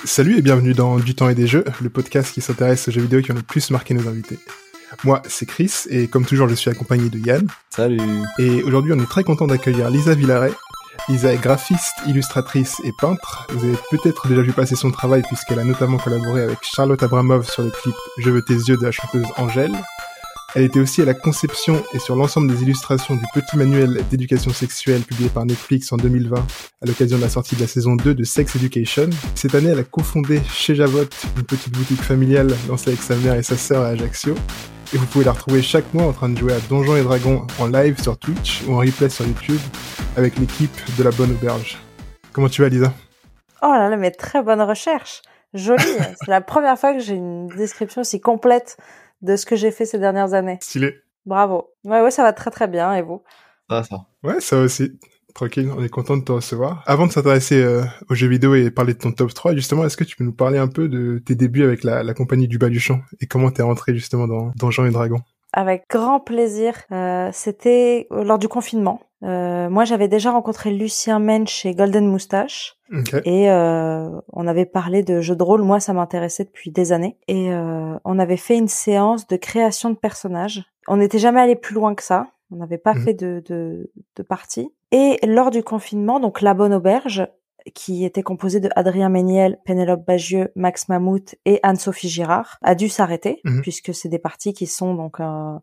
Salut et bienvenue dans Du temps et des jeux, le podcast qui s'intéresse aux jeux vidéo qui ont le plus marqué nos invités. Moi, c'est Chris, et comme toujours, je suis accompagné de Yann. Salut. Et aujourd'hui, on est très content d'accueillir Lisa Villaret. Lisa est graphiste, illustratrice et peintre. Vous avez peut-être déjà vu passer son travail puisqu'elle a notamment collaboré avec Charlotte Abramov sur le clip « Je veux tes yeux » de la chanteuse Angèle. Elle était aussi à la conception et sur l'ensemble des illustrations du petit manuel d'éducation sexuelle publié par Netflix en 2020 à l'occasion de la sortie de la saison 2 de Sex Education. Cette année, elle a cofondé chez Javotte, une petite boutique familiale lancée avec sa mère et sa sœur à Ajaccio. Et vous pouvez la retrouver chaque mois en train de jouer à Donjons et Dragons en live sur Twitch ou en replay sur YouTube avec l'équipe de la Bonne Auberge. Comment tu vas, Lisa ? Oh là là, mais très bonne recherche. Jolie. C'est la première fois que j'ai une description aussi complète de ce que j'ai fait ces dernières années. Stylé. Bravo. Ouais, ça va très très bien. Et vous ? Ça. Ouais, ça aussi. Tranquille, on est content de te recevoir. Avant de s'intéresser aux jeux vidéo et parler de ton top 3, justement, est-ce que tu peux nous parler un peu de tes débuts avec la compagnie du Baluchon et comment t'es rentré justement dans Donjons et Dragons ? Avec grand plaisir. C'était lors du confinement. Moi, j'avais déjà rencontré Lucien Mensch chez Golden Moustache. Okay. Et on avait parlé de jeux de rôle. Moi, ça m'intéressait depuis des années. Et on avait fait une séance de création de personnages. On n'était jamais allé plus loin que ça. On n'avait pas fait de partie. Et lors du confinement, donc La Bonne Auberge, qui était composée de Adrien Méniel, Pénélope Bagieux, Max Mammouth et Anne-Sophie Girard, a dû s'arrêter, puisque c'est des parties qui sont donc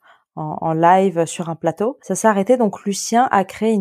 en live sur un plateau. Ça s'est arrêté, donc Lucien a créé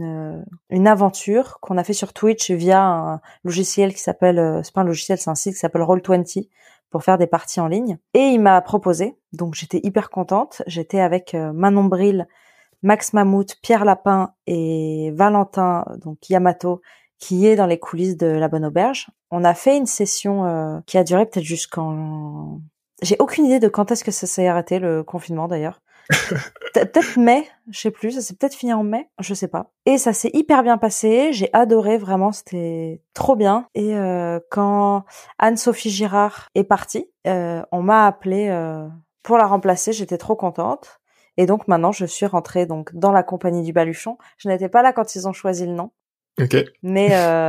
une aventure qu'on a fait sur Twitch via un logiciel qui s'appelle, c'est pas un logiciel, c'est un site qui s'appelle Roll20 pour faire des parties en ligne. Et il m'a proposé, donc j'étais hyper contente. J'étais avec Manon Bril, Max Mammouth, Pierre Lapin et Valentin, donc Yamato, qui est dans les coulisses de La Bonne Auberge. On a fait une session qui a duré peut-être jusqu'en... J'ai aucune idée de quand est-ce que ça s'est arrêté, le confinement d'ailleurs. Peut-être mai, je sais plus, ça s'est peut-être fini en mai, je sais pas. Et ça s'est hyper bien passé, j'ai adoré, vraiment, c'était trop bien. Et quand Anne-Sophie Girard est partie, on m'a appelée pour la remplacer, j'étais trop contente. Et donc maintenant, je suis rentrée donc dans la compagnie du Baluchon. Je n'étais pas là quand ils ont choisi le nom. Okay. Mais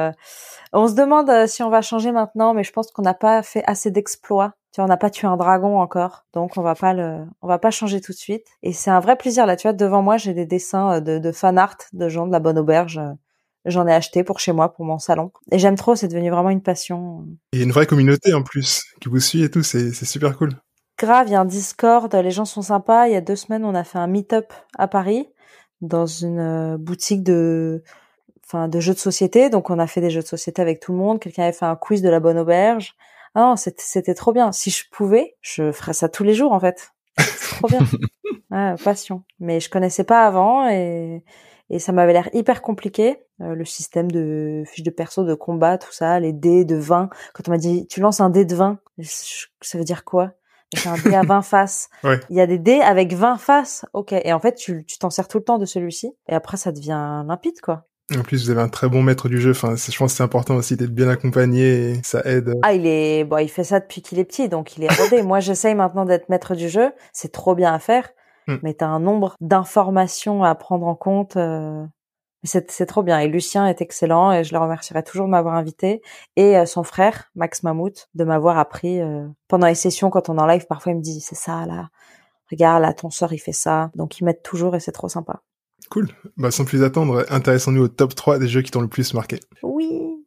on se demande si on va changer maintenant, mais je pense qu'on n'a pas fait assez d'exploits. Tu vois, on n'a pas tué un dragon encore, donc on va pas changer tout de suite. Et c'est un vrai plaisir là. Tu vois, devant moi, j'ai des dessins de fan art de gens de La Bonne Auberge. J'en ai acheté pour chez moi, pour mon salon. Et j'aime trop. C'est devenu vraiment une passion. Et une vraie communauté en plus qui vous suit et tout. C'est super cool. Grave, il y a un Discord. Les gens sont sympas. Il y a 2 semaines, on a fait un meet-up à Paris dans une boutique de jeux de société. Donc, on a fait des jeux de société avec tout le monde. Quelqu'un avait fait un quiz de La Bonne Auberge. Ah non, c'était trop bien. Si je pouvais, je ferais ça tous les jours, en fait. C'est trop bien. Ouais, passion. Mais je connaissais pas avant et ça m'avait l'air hyper compliqué. Le système de fiches de perso, de combat, tout ça, les dés de 20. Quand on m'a dit, tu lances un dé de 20, ça veut dire quoi? C'est un dé à 20 faces. Ouais. Il y a des dés avec 20 faces. Ok. Et en fait, tu t'en sers tout le temps de celui-ci. Et après, ça devient limpide, quoi. En plus, vous avez un très bon maître du jeu. Enfin, je pense que c'est important aussi d'être bien accompagné et ça aide. Ah, il fait ça depuis qu'il est petit, donc il est rodé. Moi, j'essaye maintenant d'être maître du jeu. C'est trop bien à faire. Mais t'as un nombre d'informations à prendre en compte. C'est trop bien. Et Lucien est excellent et je le remercierai toujours de m'avoir invité. Et son frère, Max Mammouth, de m'avoir appris pendant les sessions quand on est en live. Parfois, il me dit, c'est ça, là. Regarde, là, ton sort, il fait ça. Donc, ils m'aident toujours et c'est trop sympa. Cool. Bah, sans plus attendre, intéressons-nous au top 3 des jeux qui t'ont le plus marqué. Oui.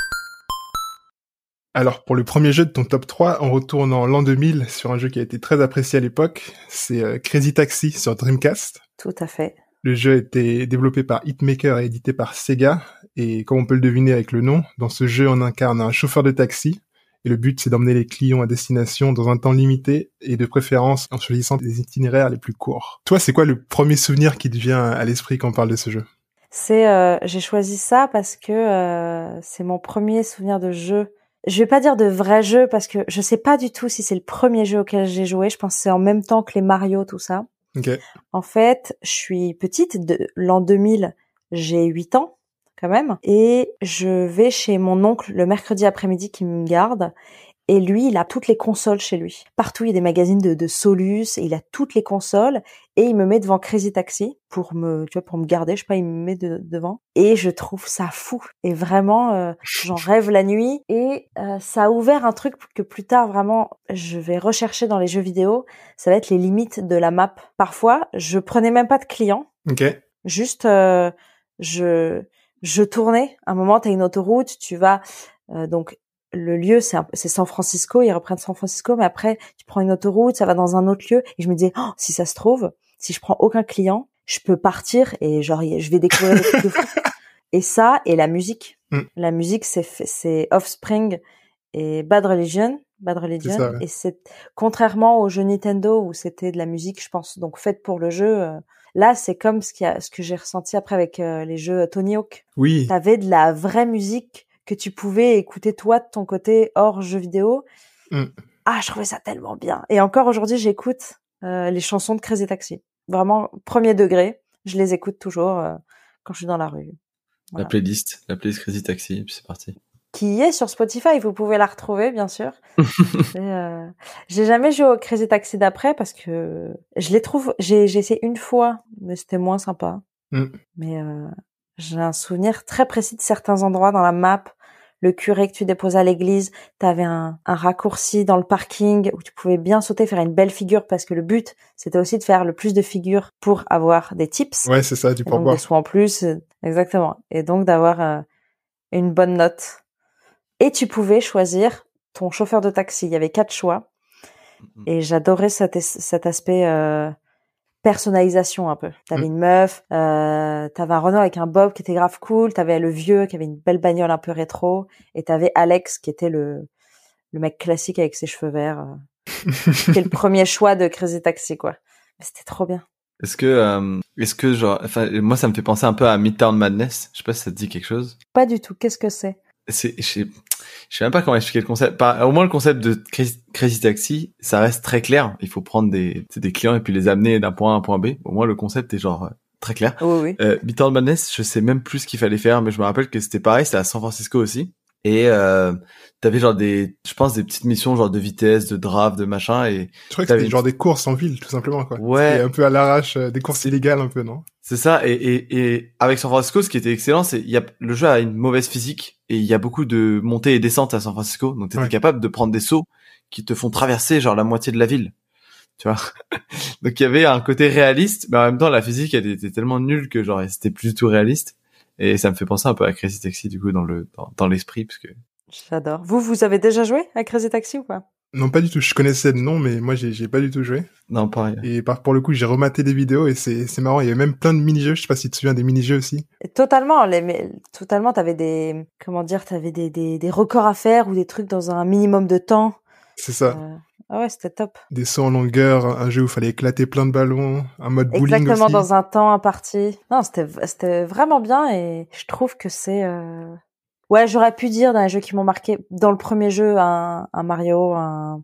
Alors, pour le premier jeu de ton top 3, on retourne en l'an 2000 sur un jeu qui a été très apprécié à l'époque. C'est Crazy Taxi sur Dreamcast. Tout à fait. Le jeu a été développé par Hitmaker et édité par Sega. Et comme on peut le deviner avec le nom, dans ce jeu, on incarne un chauffeur de taxi. Et le but, c'est d'emmener les clients à destination dans un temps limité et de préférence en choisissant des itinéraires les plus courts. Toi, c'est quoi le premier souvenir qui te vient à l'esprit quand on parle de ce jeu ? J'ai choisi ça parce que c'est mon premier souvenir de jeu. Je vais pas dire de vrai jeu parce que je sais pas du tout si c'est le premier jeu auquel j'ai joué. Je pense que c'est en même temps que les Mario, tout ça. Okay. En fait, je suis petite, de l'an 2000, j'ai 8 ans quand même, et je vais chez mon oncle le mercredi après-midi qui me garde, Et lui, il a toutes les consoles chez lui. Partout, il y a des magazines de Solus, et il a toutes les consoles, et il me met devant Crazy Taxi pour me garder, je sais pas, il me met devant. Et je trouve ça fou. Et vraiment, j'en rêve la nuit. Et ça a ouvert un truc que plus tard, vraiment, je vais rechercher dans les jeux vidéo. Ça va être les limites de la map. Parfois, je prenais même pas de client. Ok. Juste, je tournais. À un moment, t'as une autoroute, tu vas, donc, le lieu, c'est San Francisco, ils reprennent San Francisco, mais après, tu prends une autoroute, ça va dans un autre lieu, et je me disais, oh, si ça se trouve, si je prends aucun client, je peux partir, et genre, je vais découvrir des trucs de fou. Et ça, et la musique. La musique, c'est Offspring et Bad Religion, C'est ça, ouais. et c'est, contrairement aux jeux Nintendo, où c'était de la musique, je pense, donc faite pour le jeu, là, c'est comme ce que j'ai ressenti après avec les jeux Tony Hawk. Oui. T'avais de la vraie musique que tu pouvais écouter toi de ton côté hors jeu vidéo. Ah, je trouvais ça tellement bien. Et encore aujourd'hui, j'écoute les chansons de Crazy Taxi. Vraiment, premier degré. Je les écoute toujours quand je suis dans la rue. Voilà. La playlist Crazy Taxi, et puis c'est parti. Qui est sur Spotify, vous pouvez la retrouver, bien sûr. J'ai jamais joué au Crazy Taxi d'après parce que je les trouve, j'ai essayé une fois, mais c'était moins sympa. Mais j'ai un souvenir très précis de certains endroits dans la map. Le curé que tu déposes à l'église, t'avais un raccourci dans le parking où tu pouvais bien sauter, faire une belle figure, parce que le but, c'était aussi de faire le plus de figures pour avoir des tips. Ouais, c'est ça, du pourboire. Des sous en plus, exactement. Et donc d'avoir une bonne note. Et tu pouvais choisir ton chauffeur de taxi. Il y avait 4 choix. Et j'adorais cet aspect personnalisation un peu. T'avais une meuf, t'avais un Renault avec un Bob qui était grave cool, t'avais le vieux qui avait une belle bagnole un peu rétro, et t'avais Alex qui était le mec classique avec ses cheveux verts, qui est le premier choix de Crazy Taxi, quoi. Mais c'était trop bien. Est-ce que genre, enfin, moi ça me fait penser un peu à Midtown Madness. Je sais pas si ça te dit quelque chose. Pas du tout. Qu'est-ce que c'est? Je sais même pas comment expliquer le concept. Au moins le concept de Crazy Taxi, ça reste très clair. Il faut prendre des clients et puis les amener d'un point A à un point B. Au moins le concept est genre très clair. Oui. Midtown Madness, je sais même plus ce qu'il fallait faire, mais je me rappelle que c'était pareil, c'était à San Francisco aussi. Et t'avais genre je pense des petites missions genre de vitesse, de draft, de machin. Et je crois que c'était genre des courses en ville, tout simplement, quoi. Ouais. C'était un peu à l'arrache, des courses illégales un peu, non? C'est ça. Et avec San Francisco, ce qui était excellent, c'est le jeu a une mauvaise physique et il y a beaucoup de montées et descentes à San Francisco. Donc t'étais capable de prendre des sauts qui te font traverser genre la moitié de la ville. Tu vois. Donc il y avait un côté réaliste, mais en même temps la physique elle était tellement nulle que genre c'était plus du tout réaliste. Et ça me fait penser un peu à Crazy Taxi du coup dans l'esprit, parce que j'adore. Vous avez déjà joué à Crazy Taxi ou pas? Non, pas du tout. Je connaissais le nom, mais moi, j'ai pas du tout joué. Non, pareil. Et pour le coup, j'ai rematé des vidéos et c'est marrant. Il y avait même plein de mini-jeux. Je sais pas si tu te souviens des mini-jeux aussi. Et totalement. Totalement, t'avais t'avais des records à faire ou des trucs dans un minimum de temps. C'est ça. Ah ouais, c'était top. Des sauts en longueur, un jeu où il fallait éclater plein de ballons, un mode bowling aussi. Exactement, dans un temps imparti. Non, c'était vraiment bien, et je trouve que c'est... Ouais, j'aurais pu dire dans les jeux qui m'ont marqué, dans le premier jeu, un Mario, un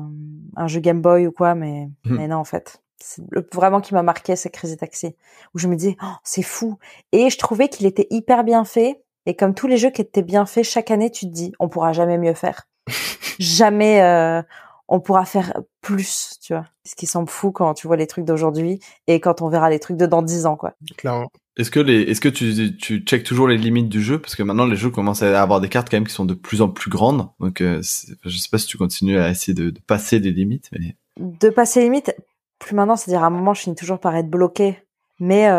jeu Game Boy ou quoi, mais non, en fait. Vraiment qui m'a marqué, c'est Crazy Taxi. Où je me dis, oh, c'est fou. Et je trouvais qu'il était hyper bien fait. Et comme tous les jeux qui étaient bien faits, chaque année, tu te dis, on pourra jamais mieux faire. Jamais on pourra faire plus, tu vois. Ce qui semble fou quand tu vois les trucs d'aujourd'hui et quand on verra les trucs de dans 10 ans, quoi. Clairement. Est-ce que tu checkes toujours les limites du jeu, parce que maintenant les jeux commencent à avoir des cartes quand même qui sont de plus en plus grandes, donc je sais pas si tu continues à essayer de passer des limites, mais de passer les limites, plus maintenant, c'est-à-dire à un moment je finis toujours par être bloqué, mais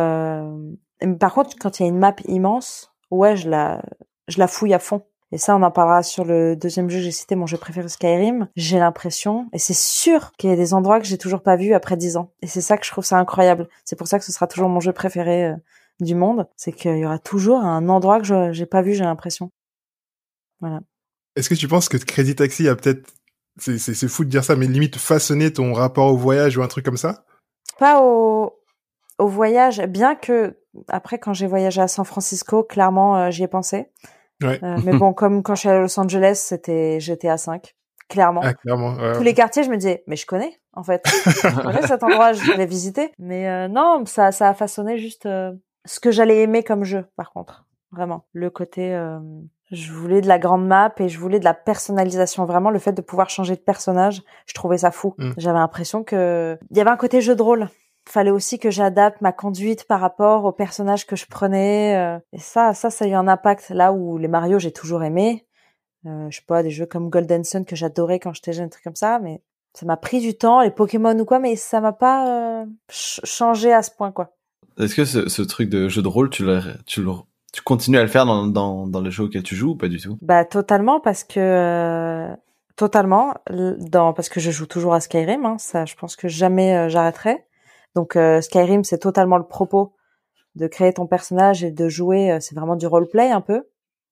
par contre quand il y a une map immense, ouais, je la fouille à fond. Et ça, on en parlera sur le deuxième jeu que j'ai cité, mon jeu préféré, Skyrim. J'ai l'impression, et c'est sûr qu'il y a des endroits que j'ai toujours pas vus après 10 ans. Et c'est ça que je trouve ça incroyable. C'est pour ça que ce sera toujours mon jeu préféré du monde. C'est qu'il y aura toujours un endroit que j'ai pas vu, j'ai l'impression. Voilà. Est-ce que tu penses que Crazy Taxi a peut-être, c'est fou de dire ça, mais limite façonné ton rapport au voyage ou un truc comme ça? Pas au voyage, bien que, après, quand j'ai voyagé à San Francisco, clairement, j'y ai pensé. Ouais. Mais bon, comme quand je suis allée à Los Angeles, c'était GTA 5, clairement. Ah, clairement. Tous les quartiers, je me disais, mais je connais, en fait. Je connais cet endroit, je l'ai visité. Mais non, ça a façonné juste ce que j'allais aimer comme jeu, par contre. Vraiment. Le côté Je voulais de la grande map et je voulais de la personnalisation. Vraiment, le fait de pouvoir changer de personnage, je trouvais ça fou. J'avais l'impression que il y avait un côté jeu de rôle. Fallait aussi que j'adapte ma conduite par rapport au personnage que je prenais. Et ça a eu un impact. Là où les Mario, j'ai toujours aimé. Je sais pas, des jeux comme Golden Sun que j'adorais quand j'étais jeune, des trucs comme ça. Mais ça m'a pris du temps, les Pokémon ou quoi, mais ça m'a pas changé à ce point, quoi. Est-ce que ce truc de jeu de rôle, tu continues à le faire dans les jeux auxquels tu joues ou pas du tout? Bah totalement parce que parce que je joue toujours à Skyrim, hein, ça je pense que jamais j'arrêterai. Donc Skyrim, c'est totalement le propos de créer ton personnage et de jouer, c'est vraiment du roleplay un peu.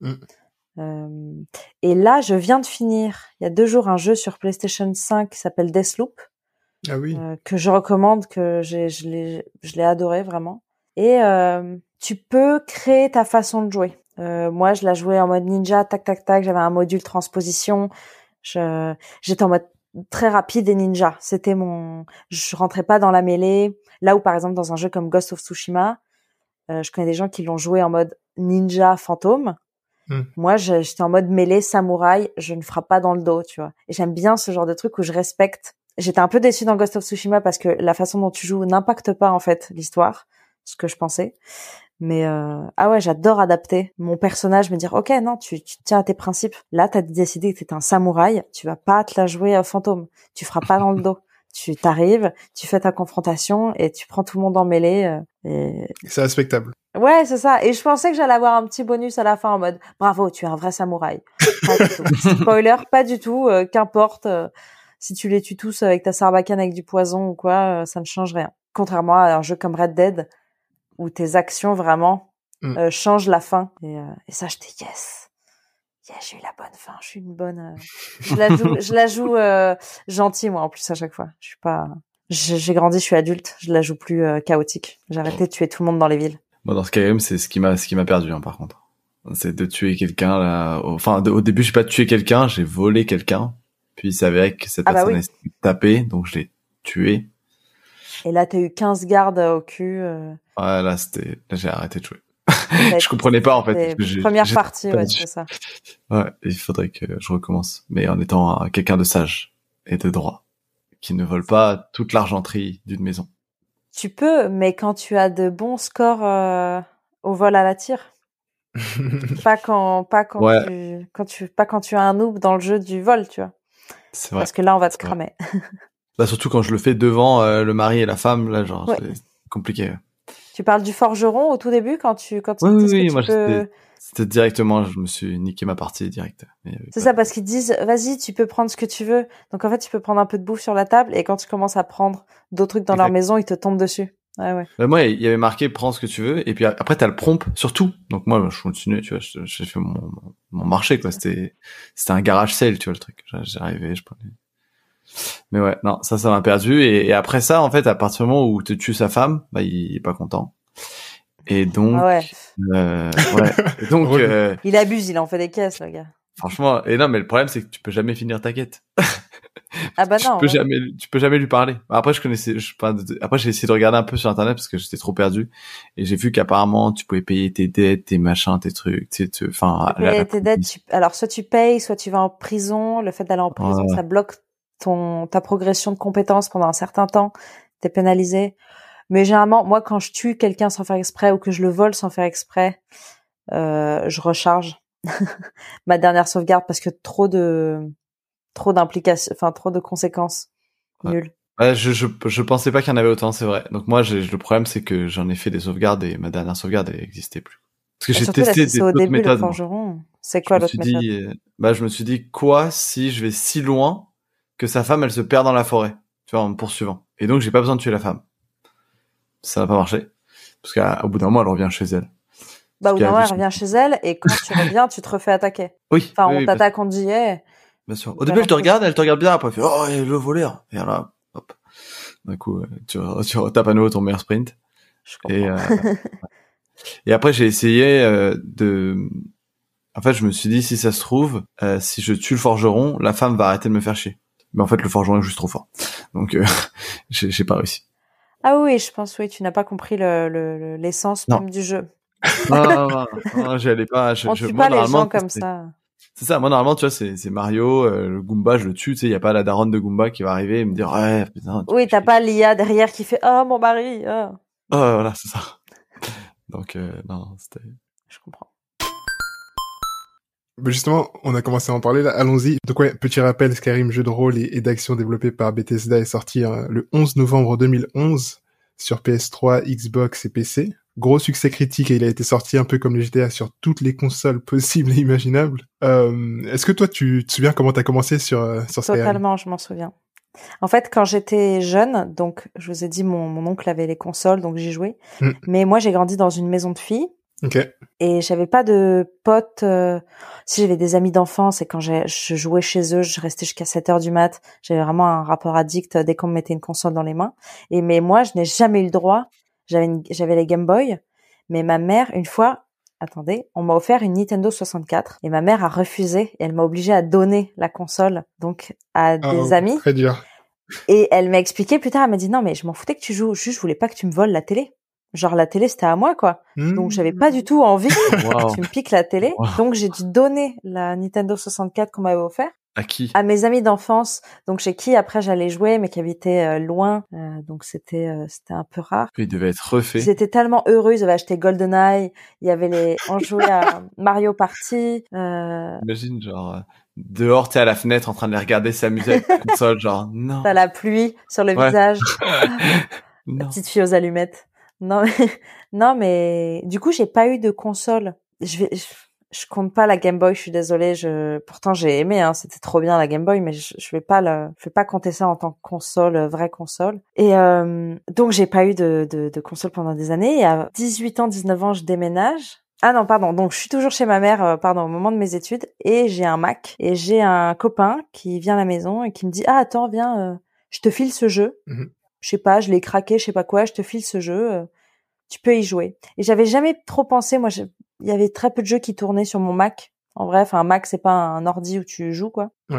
Et là, je viens de finir il y a 2 jours un jeu sur PlayStation 5 qui s'appelle Deathloop. Ah oui. Que je recommande, que je l'ai adoré vraiment. Et tu peux créer ta façon de jouer. Moi, je la jouais en mode ninja, tac tac tac. J'avais un module transposition. J'étais en mode très rapide et ninja. Je rentrais pas dans la mêlée. Là où par exemple dans un jeu comme Ghost of Tsushima, je connais des gens qui l'ont joué en mode ninja fantôme. Moi, j'étais en mode mêlée samouraï. Je ne frappe pas dans le dos, tu vois. Et j'aime bien ce genre de truc où je respecte. J'étais un peu déçue dans Ghost of Tsushima parce que la façon dont tu joues n'impacte pas en fait l'histoire, ce que je pensais. Mais ah ouais, j'adore adapter mon personnage, me dire ok non, tu tiens à tes principes. Là, t'as décidé que t'es un samouraï, tu vas pas te la jouer fantôme. Tu feras pas dans le dos. Tu t'arrives, tu fais ta confrontation et tu prends tout le monde en mêlée. Et... C'est respectable. Ouais, c'est ça. Et je pensais que j'allais avoir un petit bonus à la fin en mode bravo, tu es un vrai samouraï. Pas du tout. Spoiler, pas du tout. Qu'importe. Si tu les tues tous avec ta sarbacane avec du poison ou quoi, ça ne change rien. Contrairement à un jeu comme Red Dead, où tes actions vraiment changent la fin. Et ça, j'étais yes, j'ai eu la bonne fin. Je suis une bonne. Je la joue gentille moi en plus à chaque fois. Je suis pas. J'ai grandi, je suis adulte. Je la joue plus chaotique. J'ai arrêté de tuer tout le monde dans les villes. Moi, dans Skyrim, c'est ce qui m'a perdu, hein, par contre. C'est de tuer quelqu'un là. Enfin, au début, j'ai pas tué quelqu'un, j'ai volé quelqu'un. Puis il s'avérait que cette personne est tapée, donc je l'ai tué. Et là, t'as eu 15 gardes au cul. Ouais, là, j'ai arrêté de jouer. Je comprenais pas, en fait. Première partie, ouais, c'est ça. Ouais, il faudrait que je recommence. Mais en étant quelqu'un de sage et de droit, qui ne vole pas toute l'argenterie d'une maison. Tu peux, mais quand tu as de bons scores au vol à la tire. pas quand tu as un noob dans le jeu du vol, tu vois. C'est vrai. Parce que là, on va te cramer. Là, surtout quand je le fais devant le mari et la femme, là, genre, c'est compliqué. Tu parles du forgeron au tout début quand oui, moi, c'était directement, je me suis niqué ma partie direct. C'est ça, parce qu'ils disent, vas-y, tu peux prendre ce que tu veux. Donc, en fait, tu peux prendre un peu de bouffe sur la table et quand tu commences à prendre d'autres trucs dans leur maison, ils te tombent dessus. Ouais. Moi, il y avait marqué prends ce que tu veux et puis après t'as le prompt sur tout. Donc moi je continuais, tu vois, j'ai fait mon marché quoi, c'était un garage sale, tu vois le truc. J'arrivais, je prenais. Mais ouais, non, ça m'a perdu et après ça en fait, à partir du moment où tu tues sa femme, bah il est pas content. Et donc et donc il abuse, il en fait des caisses le gars. Franchement, et non mais le problème c'est que tu peux jamais finir ta quête. Ah bah non. Tu peux jamais lui parler. Après après j'ai essayé de regarder un peu sur internet parce que j'étais trop perdu et j'ai vu qu'apparemment tu pouvais payer tes dettes, tes machins, tes trucs, tes dettes, alors soit tu payes, soit tu vas en prison. Le fait d'aller en prison, ça bloque ta progression de compétences pendant un certain temps. T'es pénalisé. Mais généralement, moi quand je tue quelqu'un sans faire exprès ou que je le vole sans faire exprès, je recharge ma dernière sauvegarde parce que trop d'implications, enfin trop de conséquences nulles. Ouais, je pensais pas qu'il y en avait autant, c'est vrai. Donc moi, le problème c'est que j'en ai fait des sauvegardes et ma dernière sauvegarde elle existait plus. Parce que j'ai testé des autres méthodes. C'est quoi l'autre méthode? Je me suis dit quoi si je vais si loin que sa femme elle se perd dans la forêt, tu vois, en me poursuivant. Et donc j'ai pas besoin de tuer la femme. Ça n'a pas marché parce qu'au bout d'un moment elle revient chez elle. Bah au bout d'un moment elle revient chez elle et quand tu reviens tu te refais attaquer. Oui. Enfin on t'attaque, on te dit Bien sûr. Au début, elle te regarde bien, après, elle fait, oh, le voleur. Et là, hop. D'un coup, tu retapes à nouveau ton meilleur sprint. Je comprends. Et après, j'ai essayé, en fait, je me suis dit, si ça se trouve, si je tue le forgeron, la femme va arrêter de me faire chier. Mais en fait, le forgeron est juste trop fort. Donc, j'ai pas réussi. Ah oui, je pense, oui, tu n'as pas compris l'essence même du jeu. Non, j'y allais pas. On tue Moi, pas les normalement, gens comme ça. c'est ça. Moi, normalement, tu vois, c'est Mario, le Goomba, je le tue. Tu sais, y a pas la daronne de Goomba qui va arriver et me dire, ouais, putain. Oui, t'as pas l'IA derrière qui fait oh mon mari. Oh. Voilà, c'est ça. Donc, non, c'était. Je comprends. Justement, on a commencé à en parler là. Allons-y. Donc ouais, petit rappel, Skyrim, jeu de rôle et d'action développé par Bethesda, est sorti le 11 novembre 2011 sur PS3, Xbox et PC. Gros succès critique et il a été sorti un peu comme les GTA sur toutes les consoles possibles et imaginables. Est-ce que toi, tu te souviens comment t'as commencé sur Skyrim? Totalement, je m'en souviens. En fait, quand j'étais jeune, donc je vous ai dit mon oncle avait les consoles, donc j'y jouais. Mais moi, j'ai grandi dans une maison de filles. Ok. Et j'avais pas de potes. Si j'avais des amis d'enfance et quand je jouais chez eux, je restais jusqu'à 7 heures du mat. J'avais vraiment un rapport addict dès qu'on me mettait une console dans les mains. Mais moi, je n'ai jamais eu le droit. J'avais les Game Boy, mais ma mère, une fois, attendez, on m'a offert une Nintendo 64 et ma mère a refusé et elle m'a obligée à donner la console donc à des amis. Très dur. Et elle m'a expliqué plus tard, elle m'a dit non mais je m'en foutais que tu joues, juste je voulais pas que tu me voles la télé. Genre la télé c'était à moi quoi. Donc j'avais pas du tout envie que tu me piques la télé. Donc j'ai dû donner la Nintendo 64 qu'on m'avait offert. À qui? À mes amis d'enfance, donc chez qui après j'allais jouer, mais qui habitaient loin, donc c'était un peu rare. Il devait être refait. Ils étaient tellement heureux, ils avaient acheté GoldenEye, il y avait on jouait à Mario Party. Imagine genre dehors t'es à la fenêtre en train de les regarder s'amuser avec la console, genre non. T'as la pluie sur le visage, non. petite fille aux allumettes. Non mais du coup j'ai pas eu de console. Je compte pas la Game Boy, je suis désolée. Pourtant j'ai aimé, hein, c'était trop bien la Game Boy, mais je vais pas compter ça en tant que console, vraie console. Et donc j'ai pas eu de console pendant des années. Et à 18 ans, 19 ans, je déménage. Ah non, pardon. Donc je suis toujours chez ma mère, au moment de mes études, et j'ai un Mac et j'ai un copain qui vient à la maison et qui me dit ah attends viens, je te file ce jeu. Je sais pas, je l'ai craqué, je sais pas quoi, je te file ce jeu. Tu peux y jouer. Et j'avais jamais trop pensé, moi, il y avait très peu de jeux qui tournaient sur mon Mac. En vrai, un Mac, c'est pas un ordi où tu joues, quoi. Ouais.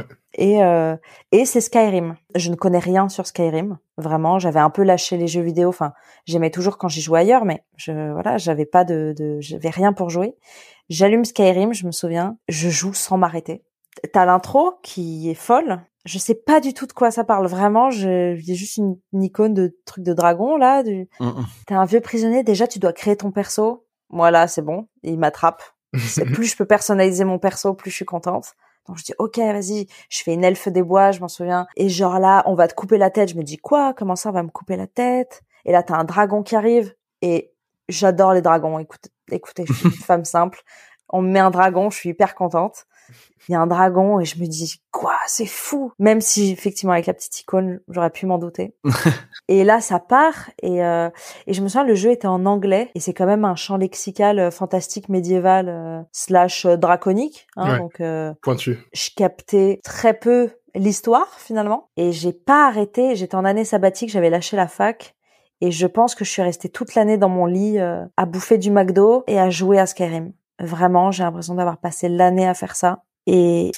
Et c'est Skyrim. Je ne connais rien sur Skyrim. Vraiment, j'avais un peu lâché les jeux vidéo. Enfin, j'aimais toujours quand j'y jouais ailleurs, mais j'avais j'avais rien pour jouer. J'allume Skyrim, je me souviens. Je joue sans m'arrêter. T'as l'intro qui est folle. Je sais pas du tout de quoi ça parle vraiment. Il y a juste une icône de truc de dragon là. T'es un vieux prisonnier. Déjà, tu dois créer ton perso. Voilà, c'est bon. Il m'attrape. Plus je peux personnaliser mon perso, plus je suis contente. Donc je dis ok, vas-y. Je fais une elfe des bois, je m'en souviens. Et genre là, on va te couper la tête. Je me dis quoi? Comment ça, on va me couper la tête? Et là, t'as un dragon qui arrive. Et j'adore les dragons. Écoutez, je suis une femme simple. On me met un dragon, je suis hyper contente. Il y a un dragon et je me dis quoi, c'est fou. Même si effectivement avec la petite icône, j'aurais pu m'en douter. Et là ça part et je me souviens le jeu était en anglais et c'est quand même un champ lexical fantastique médiéval / draconique. Hein, ouais. Donc pointu. Je captais très peu l'histoire finalement et j'ai pas arrêté. J'étais en année sabbatique, j'avais lâché la fac. Et je pense que je suis restée toute l'année dans mon lit à bouffer du McDo et à jouer à Skyrim. Vraiment, j'ai l'impression d'avoir passé l'année à faire ça. Et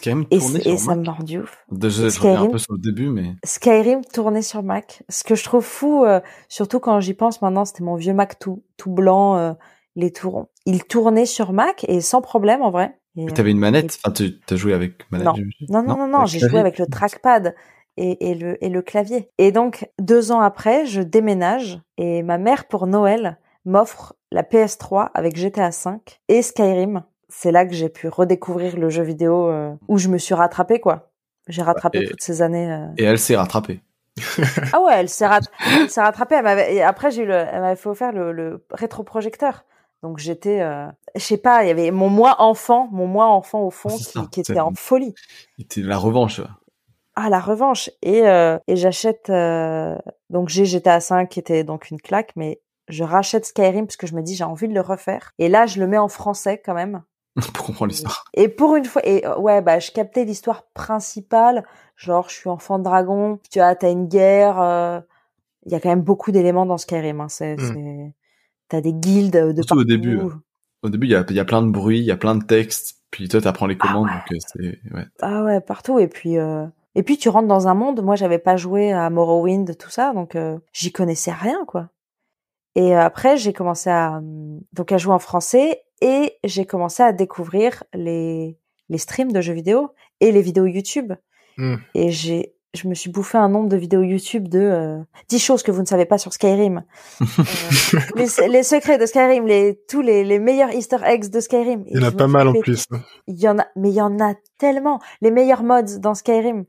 ça me rend du ouf. Je reviens un peu sur le début, mais... Skyrim tournait sur Mac. Ce que je trouve fou, surtout quand j'y pense maintenant, c'était mon vieux Mac tout blanc, les tours. Il tournait sur Mac et sans problème en vrai. Mais t'avais une manette? Enfin, t'as joué avec manette? Non, j'ai joué avec le trackpad. Et le clavier. Et donc, 2 ans après, je déménage et ma mère, pour Noël, m'offre la PS3 avec GTA V et Skyrim. C'est là que j'ai pu redécouvrir le jeu vidéo où je me suis rattrapée, quoi. J'ai rattrapé toutes ces années. Et elle s'est rattrapée. Ah ouais, elle s'est rattrapée. Et après, elle m'avait fait offrir le rétroprojecteur. Donc j'étais, je sais pas, il y avait mon moi enfant au fond qui était en folie. C'était la revanche. Ah, la revanche. Et j'achète donc j'ai GTA 5 qui était donc une claque, mais je rachète Skyrim parce que je me dis j'ai envie de le refaire. Et là, je le mets en français quand même. Pour comprendre l'histoire. Et pour une fois, je captais l'histoire principale. Genre, je suis enfant de dragon. Tu vois, t'as une guerre. Il y a quand même beaucoup d'éléments dans Skyrim. Hein. T'as des guildes de partout. Au début, il y a plein de bruit, il y a plein de textes. Puis toi, t'apprends les commandes, donc c'est Ah ouais, partout. Et puis tu rentres dans un monde. Moi, j'avais pas joué à Morrowind, tout ça, donc j'y connaissais rien, quoi. Et après, j'ai commencé à jouer en français et j'ai commencé à découvrir les streams de jeux vidéo et les vidéos YouTube. Et je me suis bouffé un nombre de vidéos YouTube de 10 choses que vous ne savez pas sur Skyrim. Les secrets de Skyrim, tous les meilleurs Easter eggs de Skyrim. Il y en a pas mal en plus. Il y en a tellement. Les meilleurs mods dans Skyrim.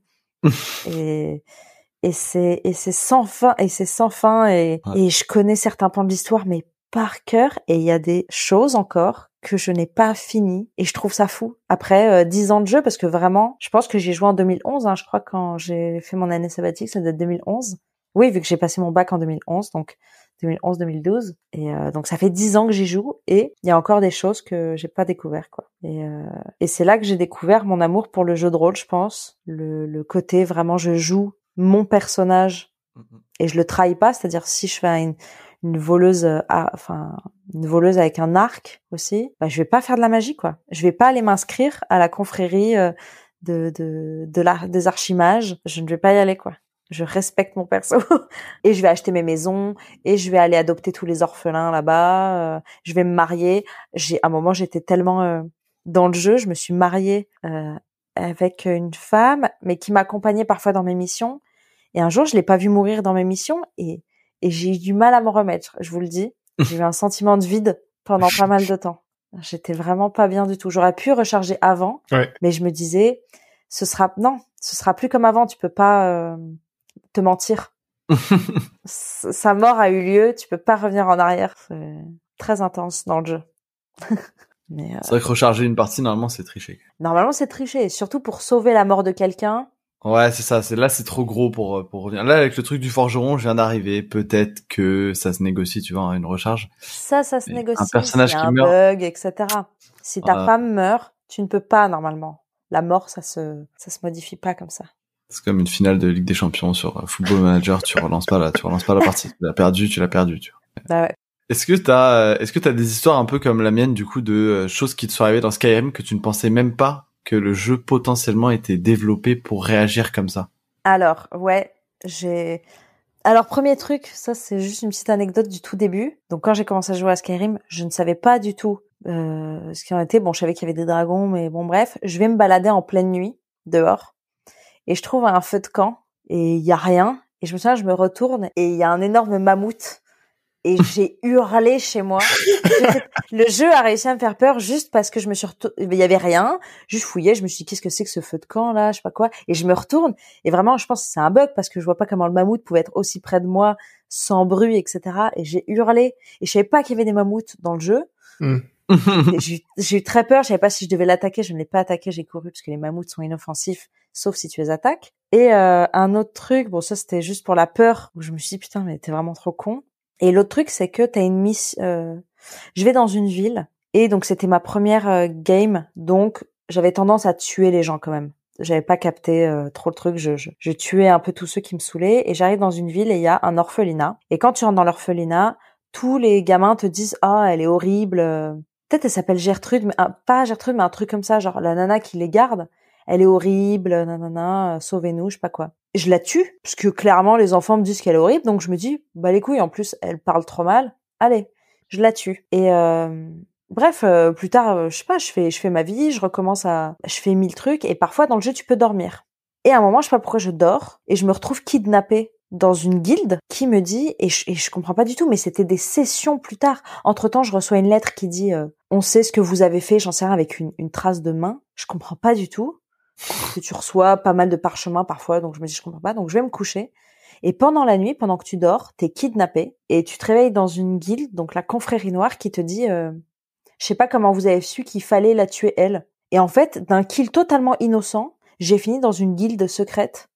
Et c'est sans fin et je connais certains points de l'histoire mais par cœur, et il y a des choses encore que je n'ai pas fini et je trouve ça fou après 10 ans de jeu, parce que vraiment je pense que j'ai joué en 2011, je crois, quand j'ai fait mon année sabbatique, ça date de 2011. Oui, vu que j'ai passé mon bac en 2011, donc 2011-2012, et donc ça fait 10 ans que j'y joue et il y a encore des choses que j'ai pas découvert, quoi. Et c'est là que j'ai découvert mon amour pour le jeu de rôle, je pense, le côté vraiment je joue mon personnage et je le trahis pas, c'est-à-dire si je fais une voleuse une voleuse avec un arc aussi, je vais pas faire de la magie, quoi. Je vais pas aller m'inscrire à la confrérie des archimages, je ne vais pas y aller, quoi. Je respecte mon perso et je vais acheter mes maisons et je vais aller adopter tous les orphelins là-bas, je vais me marier. À un moment, j'étais tellement dans le jeu, je me suis mariée avec une femme mais qui m'accompagnait parfois dans mes missions, et un jour, je l'ai pas vu mourir dans mes missions et j'ai eu du mal à m'en remettre, je vous le dis. J'ai eu un sentiment de vide pendant pas mal de temps. J'étais vraiment pas bien du tout. J'aurais pu recharger avant, mais je me disais, ce sera plus comme avant, tu peux pas te mentir. Sa mort a eu lieu, tu peux pas revenir en arrière. C'est très intense dans le jeu. Mais c'est vrai que recharger une partie, normalement, c'est tricher. Normalement, c'est tricher, surtout pour sauver la mort de quelqu'un. Ouais, c'est ça. Là, c'est trop gros pour revenir. Là, avec le truc du forgeron, je viens d'arriver. Peut-être que ça se négocie, tu vois, une recharge. Ça se négocie. Un personnage qui meurt. Bug, etc. Si ta femme meurt, tu ne peux pas, normalement. La mort, ça se modifie pas comme ça. C'est comme une finale de Ligue des Champions sur Football Manager. Tu relances pas la partie. Tu l'as perdu, tu vois. Bah ouais. Est-ce que t'as des histoires un peu comme la mienne, du coup, de choses qui te sont arrivées dans Skyrim que tu ne pensais même pas que le jeu potentiellement était développé pour réagir comme ça? Alors, ouais, Alors, premier truc, ça c'est juste une petite anecdote du tout début. Donc quand j'ai commencé à jouer à Skyrim, je ne savais pas du tout ce qu'il en était. Bon, je savais qu'il y avait des dragons, mais bon, bref. Je vais me balader en pleine nuit, dehors, et je trouve un feu de camp, et il y a rien. Et je me retourne, et il y a un énorme mammouth. Et j'ai hurlé chez moi. Le jeu a réussi à me faire peur juste parce que il y avait rien. Juste fouillé, je me suis dit, qu'est-ce que c'est que ce feu de camp là, je sais pas quoi. Et je me retourne. Et vraiment, je pense que c'est un bug parce que je vois pas comment le mammouth pouvait être aussi près de moi, sans bruit, etc. Et j'ai hurlé. Et je savais pas qu'il y avait des mammouths dans le jeu. J'ai eu très peur. Je savais pas si je devais l'attaquer. Je ne l'ai pas attaqué. J'ai couru parce que les mammouths sont inoffensifs, sauf si tu les attaques. Et un autre truc, bon ça c'était juste pour la peur, où je me suis dit, putain, mais t'es vraiment trop con. Et l'autre truc, c'est que t'as une je vais dans une ville, et donc c'était ma première game, donc j'avais tendance à tuer les gens quand même. J'avais pas capté trop le truc, je tuais un peu tous ceux qui me saoulaient, et j'arrive dans une ville et il y a un orphelinat. Et quand tu rentres dans l'orphelinat, tous les gamins te disent « Ah, elle est horrible. Peut-être elle s'appelle Gertrude, mais pas Gertrude, mais un truc comme ça, genre la nana qui les garde. Elle est horrible, nanana, sauvez-nous, je sais pas quoi. » Je la tue, parce que clairement les enfants me disent qu'elle est horrible, donc je me dis, bah les couilles, en plus elle parle trop mal, allez, je la tue. Et bref, plus tard, je sais pas, je fais ma vie, je fais 1000 trucs, et parfois dans le jeu tu peux dormir. Et à un moment, je sais pas pourquoi je dors, et je me retrouve kidnappée dans une guilde qui me dit, et je comprends pas du tout, mais c'était des sessions plus tard. Entre-temps, je reçois une lettre qui dit, on sait ce que vous avez fait, j'en sais rien, avec une trace de main. Je comprends pas du tout. Que tu reçois pas mal de parchemins parfois, donc je me dis je comprends pas, donc je vais me coucher. Et pendant la nuit, pendant que tu dors, t'es kidnappé et tu te réveilles dans une guilde, donc la confrérie noire, qui te dit je sais pas comment vous avez su qu'il fallait la tuer elle. Et en fait, d'un kill totalement innocent, j'ai fini dans une guilde secrète.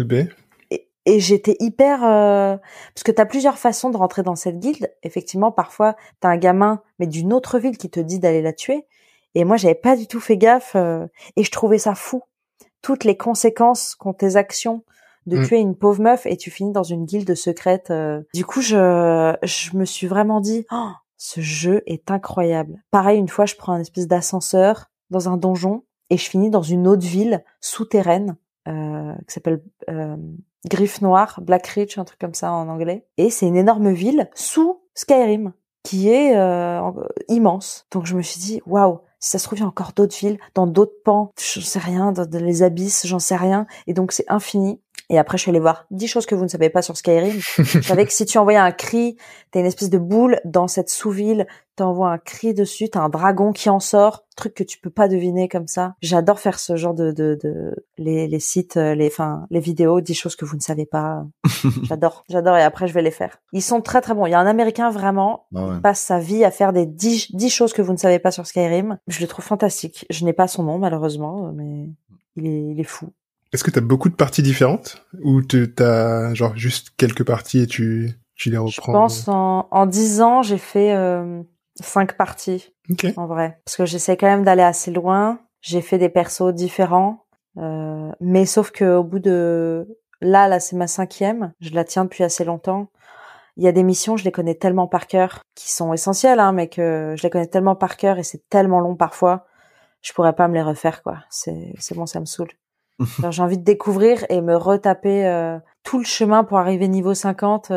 Et j'étais hyper parce que t'as plusieurs façons de rentrer dans cette guilde. Effectivement, parfois t'as un gamin mais d'une autre ville qui te dit d'aller la tuer. Et moi, j'avais pas du tout fait gaffe et je trouvais ça fou. Toutes les conséquences qu'ont tes actions de tuer une pauvre meuf, et tu finis dans une guilde secrète. Du coup, je me suis vraiment dit, oh, ce jeu est incroyable. Pareil, une fois, je prends un espèce d'ascenseur dans un donjon et je finis dans une autre ville souterraine. qui s'appelle Griffe Noire, Black Ridge, un truc comme ça en anglais. Et c'est une énorme ville sous Skyrim qui est immense. Donc je me suis dit waouh, si ça se trouve il y a encore d'autres villes dans d'autres pans, j'en sais rien, dans les abysses, j'en sais rien. Et donc c'est infini. Et après, je suis allée voir 10 choses que vous ne savez pas sur Skyrim. Je savais que si tu envoyais un cri, t'as une espèce de boule dans cette sous-ville, t'envoies un cri dessus, t'as un dragon qui en sort, truc que tu peux pas deviner comme ça. J'adore faire ce genre les sites, les vidéos, 10 choses que vous ne savez pas. J'adore. Et après, je vais les faire. Ils sont très très bons. Il y a un Américain vraiment, qui passe sa vie à faire des 10 choses que vous ne savez pas sur Skyrim. Je le trouve fantastique. Je n'ai pas son nom, malheureusement, mais il est fou. Est-ce que t'as beaucoup de parties différentes ou t'as genre juste quelques parties et tu les reprends? Je pense en 10 ans, j'ai fait 5 parties. Okay. En vrai. Parce que j'essaie quand même d'aller assez loin. J'ai fait des persos différents. Mais sauf que au bout de... Là, c'est ma 5e. Je la tiens depuis assez longtemps. Il y a des missions, je les connais tellement par cœur, qui sont essentielles, hein, mais que je les connais tellement par cœur et c'est tellement long parfois. Je pourrais pas me les refaire, quoi. C'est bon, ça me saoule. Alors, j'ai envie de découvrir et me retaper tout le chemin pour arriver niveau 50.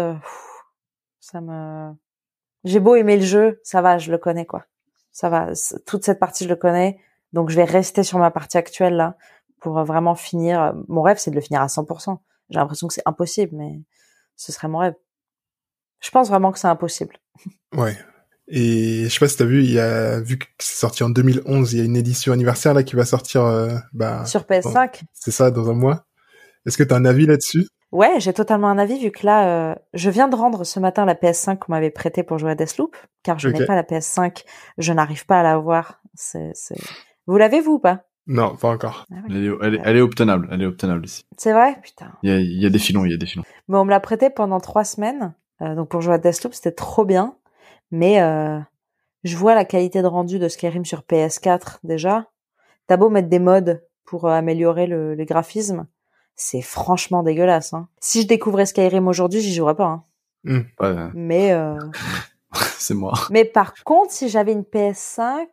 J'ai beau aimer le jeu, ça va, je le connais, quoi. Ça va, toute cette partie, je le connais. Donc, je vais rester sur ma partie actuelle, là, pour vraiment finir. Mon rêve, c'est de le finir à 100%. J'ai l'impression que c'est impossible, mais ce serait mon rêve. Je pense vraiment que c'est impossible. Ouais. Et je sais pas si t'as vu, vu que c'est sorti en 2011, il y a une édition anniversaire là qui va sortir sur PS5. C'est ça, dans un mois. Est-ce que t'as un avis là-dessus? Ouais, j'ai totalement un avis vu que là, je viens de rendre ce matin la PS5 qu'on m'avait prêtée pour jouer à Deathloop, car je n'ai pas la PS5, je n'arrive pas à l'avoir. Vous l'avez vous ou pas? Non, pas encore. Ah ouais. Elle est obtenable, ici. C'est vrai? Putain. Il y a des filons, Mais on me l'a prêté pendant 3 semaines, donc pour jouer à Deathloop, c'était trop bien. Mais je vois la qualité de rendu de Skyrim sur PS4 déjà. T'as beau mettre des mods pour améliorer les graphismes, c'est franchement dégueulasse. Hein. Si je découvrais Skyrim aujourd'hui, j'y jouerais pas. Hein. Ouais. Mais c'est moi. Mais par contre, si j'avais une PS5,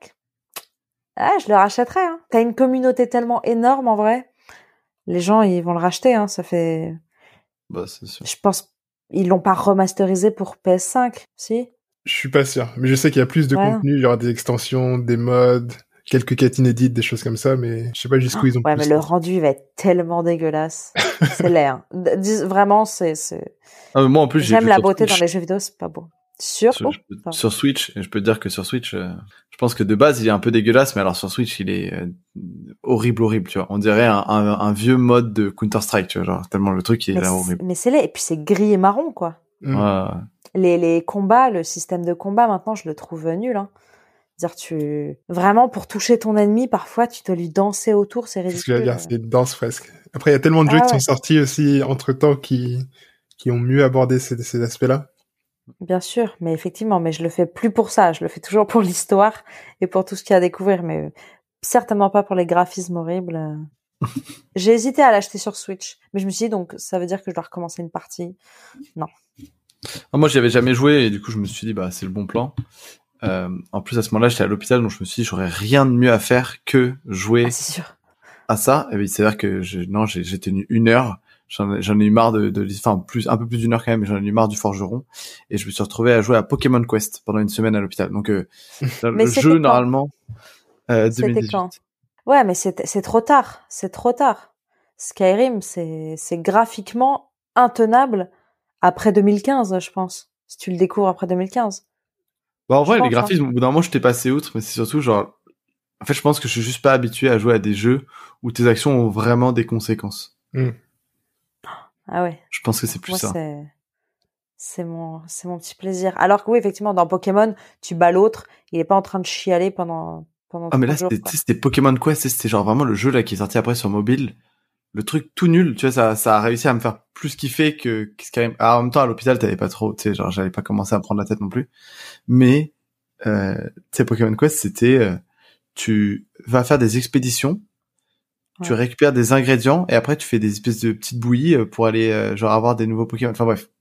je le rachèterais. Hein. T'as une communauté tellement énorme en vrai. Les gens, ils vont le racheter. Hein. Ça fait. Bah, c'est sûr. Je pense ils l'ont pas remasterisé pour PS5, si. Je suis pas sûr, mais je sais qu'il y a plus de contenu, il y aura des extensions, des mods, quelques quêtes inédites, des choses comme ça, mais je sais pas jusqu'où ils ont Ouais, mais le rendu va être tellement dégueulasse. C'est laid. Hein. Vraiment, c'est... Ah, mais moi, en plus, j'aime la beauté dans les jeux vidéo, c'est pas beau. Sur Switch, et je peux te dire que sur Switch, je pense que de base, il est un peu dégueulasse, mais alors sur Switch, il est horrible, tu vois. On dirait un vieux mode de Counter-Strike, tu vois, genre, tellement le truc, il est là horrible. Mais c'est laid, et puis c'est gris et marron, quoi. Ouais. Les combats, le système de combat, maintenant, je le trouve nul, hein. C'est-à-dire, vraiment, pour toucher ton ennemi, parfois, tu dois lui danser autour, c'est ridicule. C'est ce que je veux dire, c'est danse presque. Après, il y a tellement de jeux qui sont sortis aussi, entre-temps, qui ont mieux abordé ces aspects-là. Bien sûr, mais effectivement, mais je le fais plus pour ça, je le fais toujours pour l'histoire et pour tout ce qu'il y a à découvrir, mais certainement pas pour les graphismes horribles. J'ai hésité à l'acheter sur Switch, mais je me suis dit, donc, ça veut dire que je dois recommencer une partie. Non. Moi, j'y avais jamais joué et du coup, je me suis dit, bah, c'est le bon plan. En plus, à ce moment-là, j'étais à l'hôpital, donc je me suis dit, j'aurais rien de mieux à faire que jouer à ça. Et bien, c'est vrai que j'ai tenu 1 heure. J'en ai eu marre un peu plus d'1 heure quand même, mais j'en ai eu marre du forgeron. Et je me suis retrouvé à jouer à Pokémon Quest pendant 1 semaine à l'hôpital. Donc, le jeu, normalement, 2018. C'était quand? Ouais, mais c'est trop tard. C'est trop tard. Skyrim, c'est graphiquement intenable après 2015, je pense. Si tu le découvres après 2015. Bah, en vrai, les graphismes, au bout d'un moment, je t'ai passé outre, mais c'est surtout genre, en fait, je pense que je suis juste pas habitué à jouer à des jeux où tes actions ont vraiment des conséquences. Ah ouais. Je pense que c'est plus ça. C'est mon petit plaisir. Alors que oui, effectivement, dans Pokémon, tu bats l'autre, il est pas en train de chialer pendant mais là, c'était Pokémon Quest, c'était genre vraiment le jeu là qui est sorti après sur mobile. Le truc tout nul, tu vois, ça a réussi à me faire plus kiffer que Skyrim. Alors, en même temps, à l'hôpital, t'avais pas trop, tu sais, genre, j'avais pas commencé à me prendre la tête non plus. Mais, tu sais, Pokémon Quest, c'était, tu vas faire des expéditions, tu récupères des ingrédients, et après, tu fais des espèces de petites bouillies pour aller, genre, avoir des nouveaux Pokémon. Enfin, bref.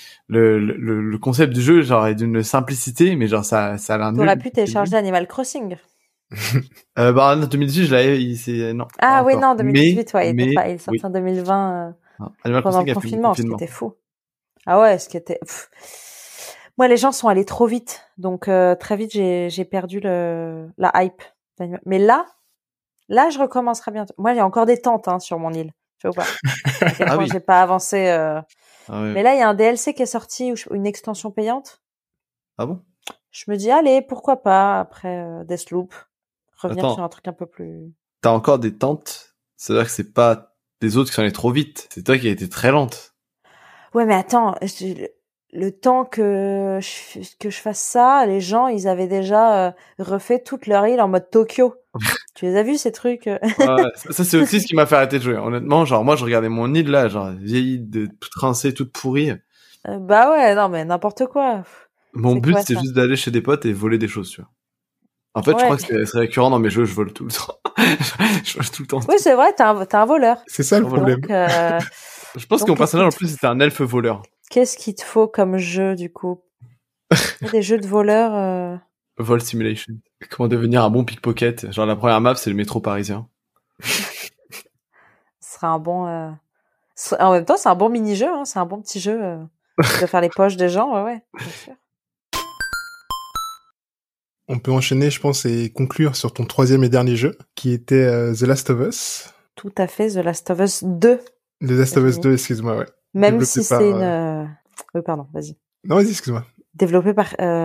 Le concept du jeu, genre, est d'une simplicité, mais genre, ça a l'air nul. T'aurais pu télécharger Animal Crossing. Bah, en 2018, je l'avais, non. Ah oui, encore. non, 2018, ouais, mais, il est sorti oui. en 2020, Animal pendant Crossing le a fait le confinement, ce qui confinement. était fou. Ah ouais, ce qui était... Moi, les gens sont allés trop vite. Donc, très vite, j'ai perdu la hype. Mais là, je recommencerai bientôt. Moi, il y a encore des tentes hein, sur mon île. Tu vois ou pas? À quel point j'ai pas avancé. Ah ouais. Mais là, il y a un DLC qui est sorti, une extension payante. Ah bon? Je me dis, allez, pourquoi pas, après Deathloop, revenir Attends. sur un truc un peu plus... T'as encore des tentes? C'est-à-dire que c'est pas des autres qui sont allés trop vite. C'est toi qui as été très lente. Ouais, mais attends, le temps que je fasse ça, les gens, ils avaient déjà refait toute leur île en mode Tokyo. Tu les as vus, ces trucs? Ouais, ça c'est aussi ce qui m'a fait arrêter de jouer. Honnêtement, genre moi je regardais mon île là, genre vieillie, toute rincée, toute pourrie. Bah ouais, non mais n'importe quoi. Mon C'est but quoi, c'est ça? juste d'aller chez des potes et voler des choses, tu vois. En fait, je Ouais. crois que c'est récurrent dans mes jeux, je vole tout le temps. Je vole tout le temps. Oui, c'est vrai, t'es un voleur. C'est ça le problème. Donc, je pense que mon personnage en plus c'était un elfe voleur. qu'est-ce qu'il te faut comme jeu, du coup? Il y a des jeux de voleurs... Vol Simulation. Comment devenir un bon pickpocket. Genre la première map c'est le métro parisien. Ce sera un bon... En même temps, c'est un bon mini-jeu, hein, c'est un bon petit jeu de faire les poches des gens, ouais, bien sûr. On peut enchaîner, je pense, et conclure sur ton troisième et dernier jeu, qui était The Last of Us. Tout à fait, The Last of Us 2. The Last of Us 2, excuse-moi, ouais. Même Développé si par, c'est une... Oui, pardon, vas-y. Non, vas-y, excuse-moi. Développé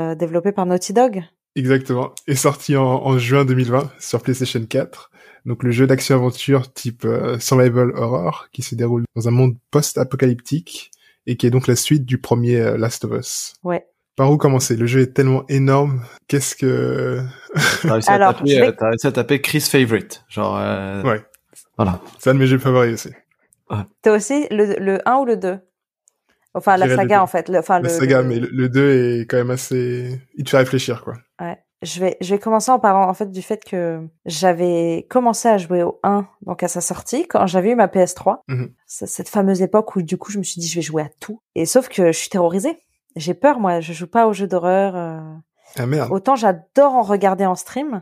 par Naughty Dog. Exactement. Est sorti en juin 2020 sur PlayStation 4. Donc le jeu d'action-aventure type survival horror qui se déroule dans un monde post-apocalyptique et qui est donc la suite du premier Last of Us. Ouais. Par où commencer? Le jeu est tellement énorme. Qu'est-ce que... T'as réussi à taper Chris Favorite. Genre, Ouais. Voilà. C'est un de mes jeux favoris aussi. Ouais. T'as aussi le 1 ou le 2? Enfin, la saga, en fait. La saga, mais le 2 est quand même assez... Il te fait réfléchir, quoi. Ouais. Je vais commencer en parlant, en fait, du fait que j'avais commencé à jouer au 1, donc à sa sortie, quand j'avais eu ma PS3. Mm-hmm. Cette fameuse époque où, du coup, je me suis dit, je vais jouer à tout. Et sauf que je suis terrorisée. J'ai peur, moi. Je joue pas aux jeux d'horreur. Ah merde. Autant j'adore en regarder en stream.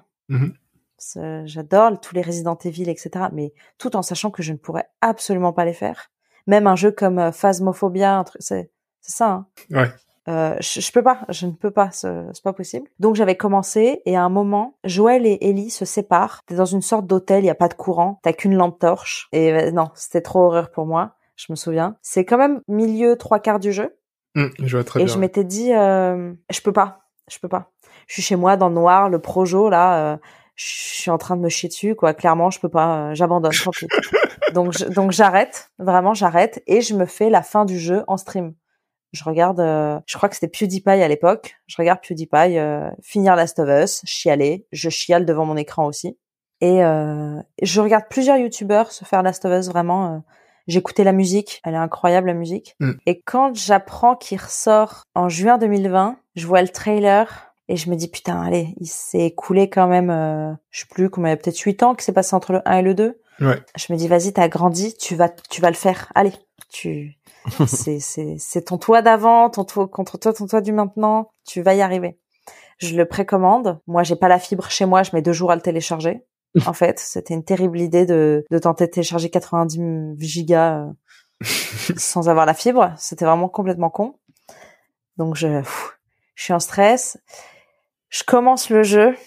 Mm-hmm. J'adore tous les Resident Evil, etc. Mais tout en sachant que je ne pourrais absolument pas les faire. Même un jeu comme Phasmophobia, c'est ça, hein. Ouais. Je peux pas, je ne peux pas, c'est pas possible. Donc j'avais commencé et à un moment, Joël et Ellie se séparent. T'es dans une sorte d'hôtel, il y a pas de courant, t'as qu'une lampe torche. Et non, c'était trop horreur pour moi, je me souviens. C'est quand même milieu, 3/4 du jeu. Je vois très bien. Et je m'étais dit, je peux pas. Je suis chez moi dans le noir, le projo là, je suis en train de me chier dessus, quoi. Clairement, je peux pas, j'abandonne, tant pis. Donc j'arrête, vraiment j'arrête, et je me fais la fin du jeu en stream. Je regarde, je crois que c'était PewDiePie à l'époque. Je regarde PewDiePie finir Last of Us, chialer. Je chiale devant mon écran aussi. Et je regarde plusieurs YouTubeurs se faire Last of Us, vraiment. J'écoutais la musique, elle est incroyable la musique. Et quand j'apprends qu'il ressort en juin 2020, je vois le trailer et je me dis putain, allez, il s'est écoulé quand même, je sais plus combien, peut-être 8 ans que c'est passé entre le 1 et le 2. Ouais. Je me dis vas-y, t'as grandi, tu vas le faire. Allez, c'est ton toi d'avant, ton toi du maintenant, tu vas y arriver. Je le précommande. Moi, j'ai pas la fibre chez moi, je mets 2 jours à le télécharger. En fait, c'était une terrible idée de tenter de télécharger 90 gigas sans avoir la fibre. C'était vraiment complètement con. Donc je suis en stress. Je commence le jeu.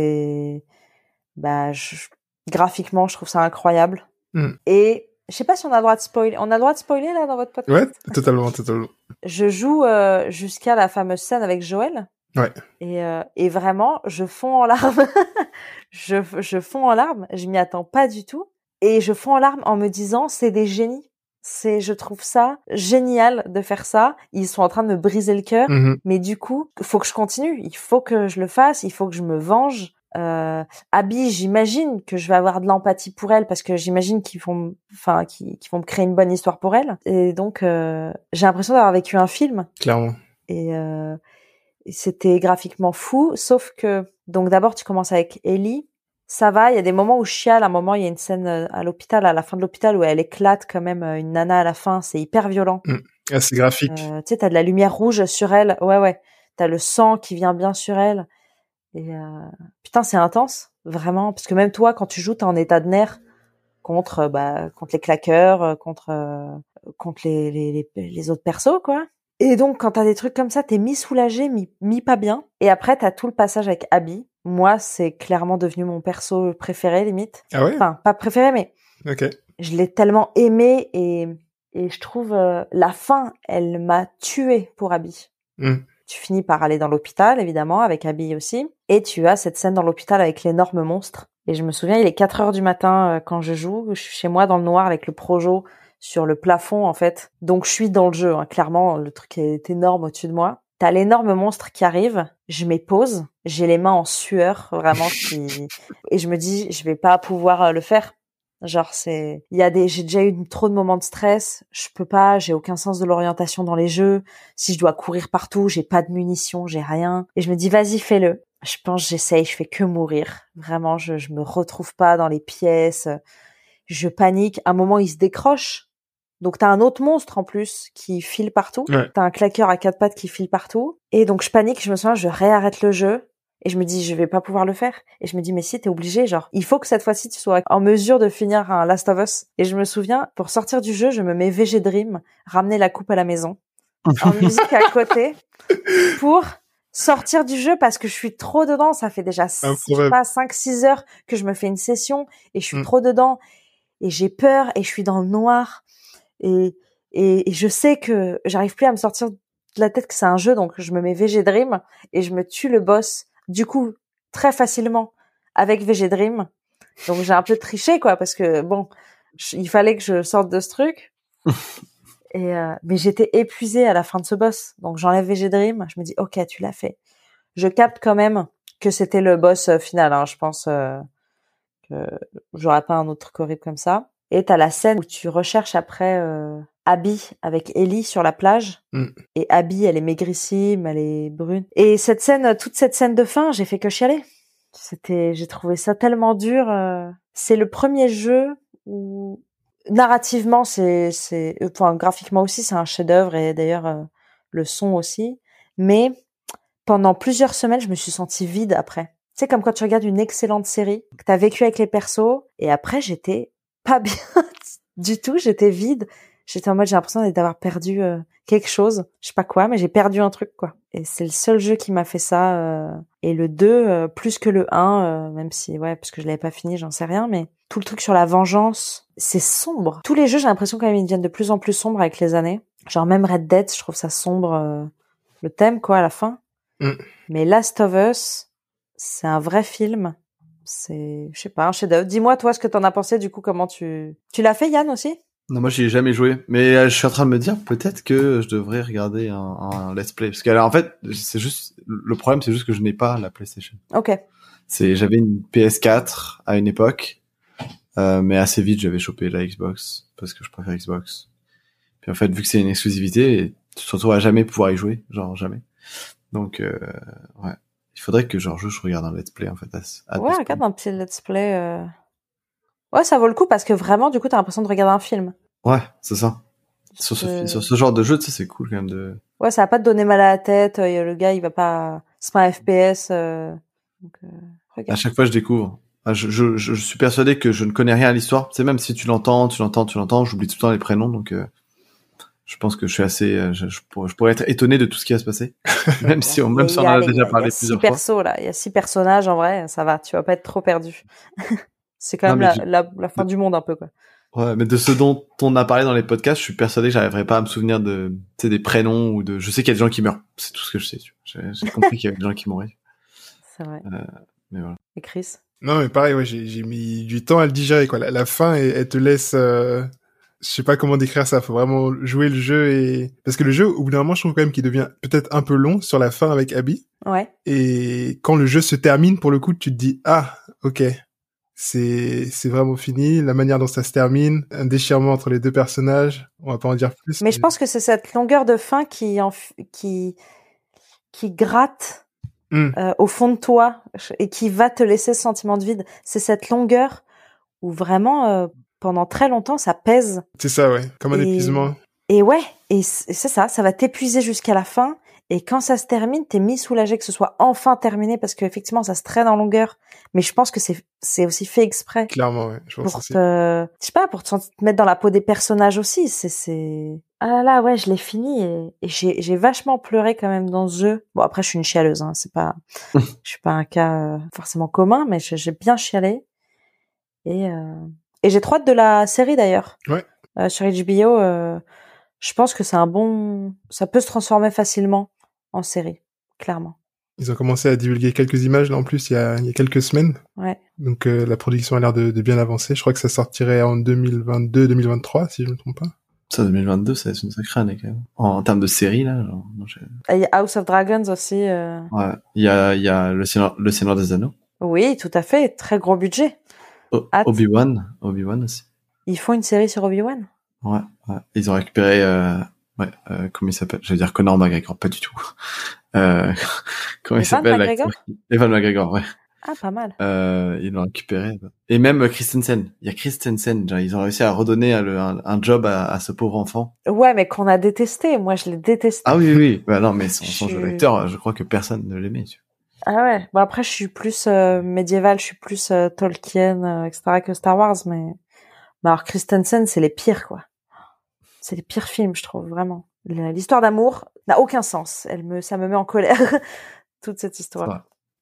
Graphiquement, je trouve ça incroyable. Et je sais pas si on a le droit de spoiler. On a le droit de spoiler là dans votre podcast? Ouais, totalement. Je joue jusqu'à la fameuse scène avec Joël. Ouais. Et vraiment, je fonds en larmes. je fonds en larmes. Je m'y attends pas du tout. Et je fonds en larmes en me disant, c'est des génies. Je trouve ça génial de faire ça. Ils sont en train de me briser le cœur. Mais du coup, il faut que je continue. Il faut que je le fasse. Il faut que je me venge. Abby, j'imagine que je vais avoir de l'empathie pour elle parce que j'imagine qu'ils vont me créer une bonne histoire pour elle. Et donc, j'ai l'impression d'avoir vécu un film. Clairement. Et c'était graphiquement fou, sauf que donc d'abord tu commences avec Ellie, ça va, il y a des moments où je chiale, à un moment il y a une scène à l'hôpital, à la fin de l'hôpital où elle éclate quand même une nana à la fin, c'est hyper violent. C'est graphique. Tu sais, t'as de la lumière rouge sur elle, ouais, t'as le sang qui vient bien sur elle, Et putain, c'est intense, vraiment, parce que même toi, quand tu joues, t'es en état de nerfs contre les claqueurs, contre les autres persos, quoi. Et donc, quand t'as des trucs comme ça, t'es mi-soulagé, mi pas bien. Et après, t'as tout le passage avec Abby. Moi, c'est clairement devenu mon perso préféré, limite. Ah ouais? Enfin, pas préféré, mais Ok. je l'ai tellement aimé et je trouve la fin, elle m'a tuée pour Abby. Tu finis par aller dans l'hôpital, évidemment, avec Abby aussi. Et tu as cette scène dans l'hôpital avec l'énorme monstre. Et je me souviens, il est 4 heures du matin quand je joue. Je suis chez moi dans le noir avec le projo sur le plafond, en fait. Donc, je suis dans le jeu, hein. Clairement, le truc est énorme au-dessus de moi. T'as l'énorme monstre qui arrive. Je m'épose. J'ai les mains en sueur, vraiment, et je me dis, je vais pas pouvoir le faire. Genre, j'ai déjà eu trop de moments de stress. Je peux pas, j'ai aucun sens de l'orientation dans les jeux. Si je dois courir partout, j'ai pas de munitions, j'ai rien. Et je me dis, vas-y, fais-le. Je pense, j'essaye, je fais que mourir. Vraiment, je me retrouve pas dans les pièces. Je panique. À un moment, il se décroche. Donc, t'as un autre monstre, en plus, qui file partout. Ouais. T'as un claqueur à 4 pattes qui file partout. Et donc, je panique, je me souviens, je réarrête le jeu. Et je me dis, je vais pas pouvoir le faire. Et je me dis, mais si, t'es obligé, genre, il faut que cette fois-ci, tu sois en mesure de finir un Last of Us. Et je me souviens, pour sortir du jeu, je me mets VG Dream, ramener la coupe à la maison, en musique à côté, pour sortir du jeu parce que je suis trop dedans. Ça fait déjà, je sais pas, 5-6 heures que je me fais une session et je suis trop dedans. Et j'ai peur et je suis dans le noir. Et je sais que j'arrive plus à me sortir de la tête que c'est un jeu, donc je me mets VG Dream et je me tue le boss. Du coup, très facilement avec VG Dream. Donc j'ai un peu triché, quoi, parce que bon, il fallait que je sorte de ce truc. Et mais j'étais épuisée à la fin de ce boss. Donc j'enlève VG Dream, je me dis OK, tu l'as fait. Je capte quand même que c'était le boss final, hein. Je pense que j'aurais pas un autre truc horrible comme ça. Et t'as la scène où tu recherches après Abby avec Ellie sur la plage. Et Abby, elle est maigrissime, elle est brune. Et cette scène, toute cette scène de fin, j'ai fait que chialer. J'ai trouvé ça tellement dur. C'est le premier jeu où narrativement, enfin, graphiquement aussi, c'est un chef-d'œuvre et d'ailleurs le son aussi. Mais pendant plusieurs semaines, je me suis sentie vide après. Tu sais, comme quand tu regardes une excellente série, que t'as vécu avec les persos, et après, j'étais pas bien du tout, j'étais vide. J'étais en mode, j'ai l'impression d'avoir perdu quelque chose, je sais pas quoi, mais j'ai perdu un truc, quoi. Et c'est le seul jeu qui m'a fait ça. Et le 2, plus que le 1, même si, ouais, parce que je l'avais pas fini, j'en sais rien, mais tout le truc sur la vengeance, c'est sombre. Tous les jeux, j'ai l'impression quand même, ils deviennent de plus en plus sombres avec les années. Genre même Red Dead, je trouve ça sombre, le thème, quoi, à la fin. Mais Last of Us, c'est un vrai film. C'est, je sais pas, un chef-d'œuvre. Dis-moi, toi, ce que t'en as pensé, du coup, comment tu l'as fait, Yann, aussi? Non, moi, j'y ai jamais joué. Mais je suis en train de me dire, peut-être que je devrais regarder un let's play. Parce que, alors, en fait, c'est juste, le problème, c'est juste que je n'ai pas la PlayStation. Ok. J'avais une PS4 à une époque. Mais assez vite, j'avais chopé la Xbox. Parce que je préfère Xbox. Puis, en fait, vu que c'est une exclusivité, tu te retrouves à jamais pouvoir y jouer. Genre, jamais. Donc, ouais. Il faudrait que, genre, je regarde un let's play, en fait. Ouais, regarde un petit let's play. Ouais, ça vaut le coup parce que vraiment, du coup, t'as l'impression de regarder un film. Ouais, c'est ça. Sur ce genre de jeu, tu sais, c'est cool, quand même, de... Ouais, ça va pas te donner mal à la tête. Le gars, il va pas... C'est pas un FPS. Donc, regarde. À chaque fois, je découvre. Je suis persuadé que je ne connais rien à l'histoire. Tu sais, même si tu l'entends, j'oublie tout le temps les prénoms, donc... je pense que je suis assez, je pourrais être étonné de tout ce qui va se passer. Même si on en a déjà parlé plusieurs fois. Il y a 6 personnages, en vrai, ça va, tu vas pas être trop perdu. C'est quand même la fin du monde, un peu, quoi. Ouais, mais de ce dont on a parlé dans les podcasts, je suis persuadé que j'arriverai pas à me souvenir de, tu sais, des prénoms ou de, je sais qu'il y a des gens qui meurent. C'est tout ce que je sais, tu vois. J'ai compris qu'il y avait des gens qui mouraient. C'est vrai. Mais voilà. Et Chris? Non, mais pareil, ouais, j'ai mis du temps à le digérer, quoi. La fin, elle te laisse, je sais pas comment décrire ça. Faut vraiment jouer le jeu et, parce que le jeu, au bout d'un moment, je trouve quand même qu'il devient peut-être un peu long sur la fin avec Abby. Ouais. Et quand le jeu se termine, pour le coup, tu te dis, ah, ok. C'est vraiment fini, la manière dont ça se termine, un déchirement entre les deux personnages, on va pas en dire plus. Mais je pense que c'est cette longueur de fin qui gratte au fond de toi et qui va te laisser ce sentiment de vide. C'est cette longueur où vraiment pendant très longtemps ça pèse. C'est ça, ouais, comme un épuisement. Et ouais, et c'est ça va t'épuiser jusqu'à la fin Et quand ça se termine, t'es mi-soulagé que ce soit enfin terminé parce qu'effectivement, ça se traîne en longueur. Mais je pense que c'est aussi fait exprès. Clairement, ouais. Je pense Pour aussi. je sais pas, pour te mettre dans la peau des personnages aussi. Ah là là, ouais, je l'ai fini et j'ai vachement pleuré quand même dans ce jeu. Bon, après, je suis une chialeuse, hein. C'est pas, je suis pas un cas forcément commun, mais j'ai bien chialé. Et j'ai trop hâte de la série d'ailleurs. Ouais. Sur HBO, je pense que ça peut se transformer facilement en série, clairement. Ils ont commencé à divulguer quelques images là en plus il y a quelques semaines. Ouais. Donc la production a l'air de bien avancer. Je crois que ça sortirait en 2022-2023 si je me trompe pas. Ça, 2022, ça va être une sacrée année quand même. En termes de série là, genre, Il y a House of Dragons aussi. Ouais. Il y a le Seigneur des Anneaux. Oui, tout à fait, très gros budget. Obi-Wan aussi. Ils font une série sur Obi-Wan. Ouais. Ils ont récupéré, comment il s'appelle? Je veux dire Conor McGregor, pas du tout. Comment il s'appelle l'acteur? Evan McGregor, ouais. Ah, pas mal. Ils l'ont récupéré. Et même Christensen. Il y a Christensen. Genre, ils ont réussi à redonner un job à ce pauvre enfant. Ouais, mais qu'on a détesté. Moi, je l'ai détesté. Ah oui. Bah non, mais son jeu d'acteur, je crois que personne ne l'aimait. Ah ouais. Bon, après, je suis plus médiéval, je suis plus Tolkien, etc. que Star Wars, mais alors Christensen, c'est les pires, quoi. C'est les pires films, je trouve, vraiment. L'histoire d'amour n'a aucun sens. Ça me met en colère, toute cette histoire.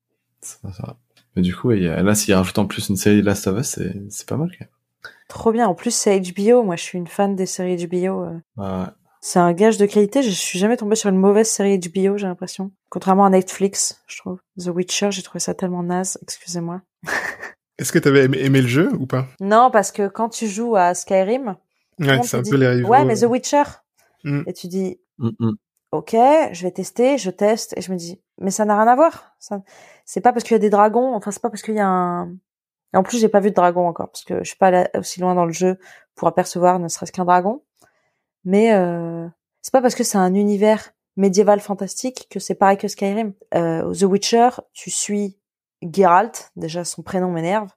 Ça. Mais du coup, là, s'il rajoute en plus une série de Last of Us, c'est pas mal, quand même. Trop bien. En plus, c'est HBO. Moi, je suis une fan des séries HBO. Ouais. C'est un gage de qualité. Je suis jamais tombée sur une mauvaise série HBO, j'ai l'impression. Contrairement à Netflix, je trouve. The Witcher, j'ai trouvé ça tellement naze. Excusez-moi. Est-ce que t'avais aimé le jeu ou pas? Non, parce que quand tu joues à Skyrim, ouais, c'est un peu les rivaux. Ouais, mais The Witcher. Mm. Et tu dis, ok, je vais tester, je teste, et je me dis, mais ça n'a rien à voir. C'est pas parce qu'il y a des dragons, enfin, c'est pas parce qu'il y a un... Et en plus, j'ai pas vu de dragon encore, parce que je suis pas allée aussi loin dans le jeu pour apercevoir ne serait-ce qu'un dragon. Mais c'est pas parce que c'est un univers médiéval fantastique que c'est pareil que Skyrim. The Witcher, tu suis Geralt, déjà son prénom m'énerve.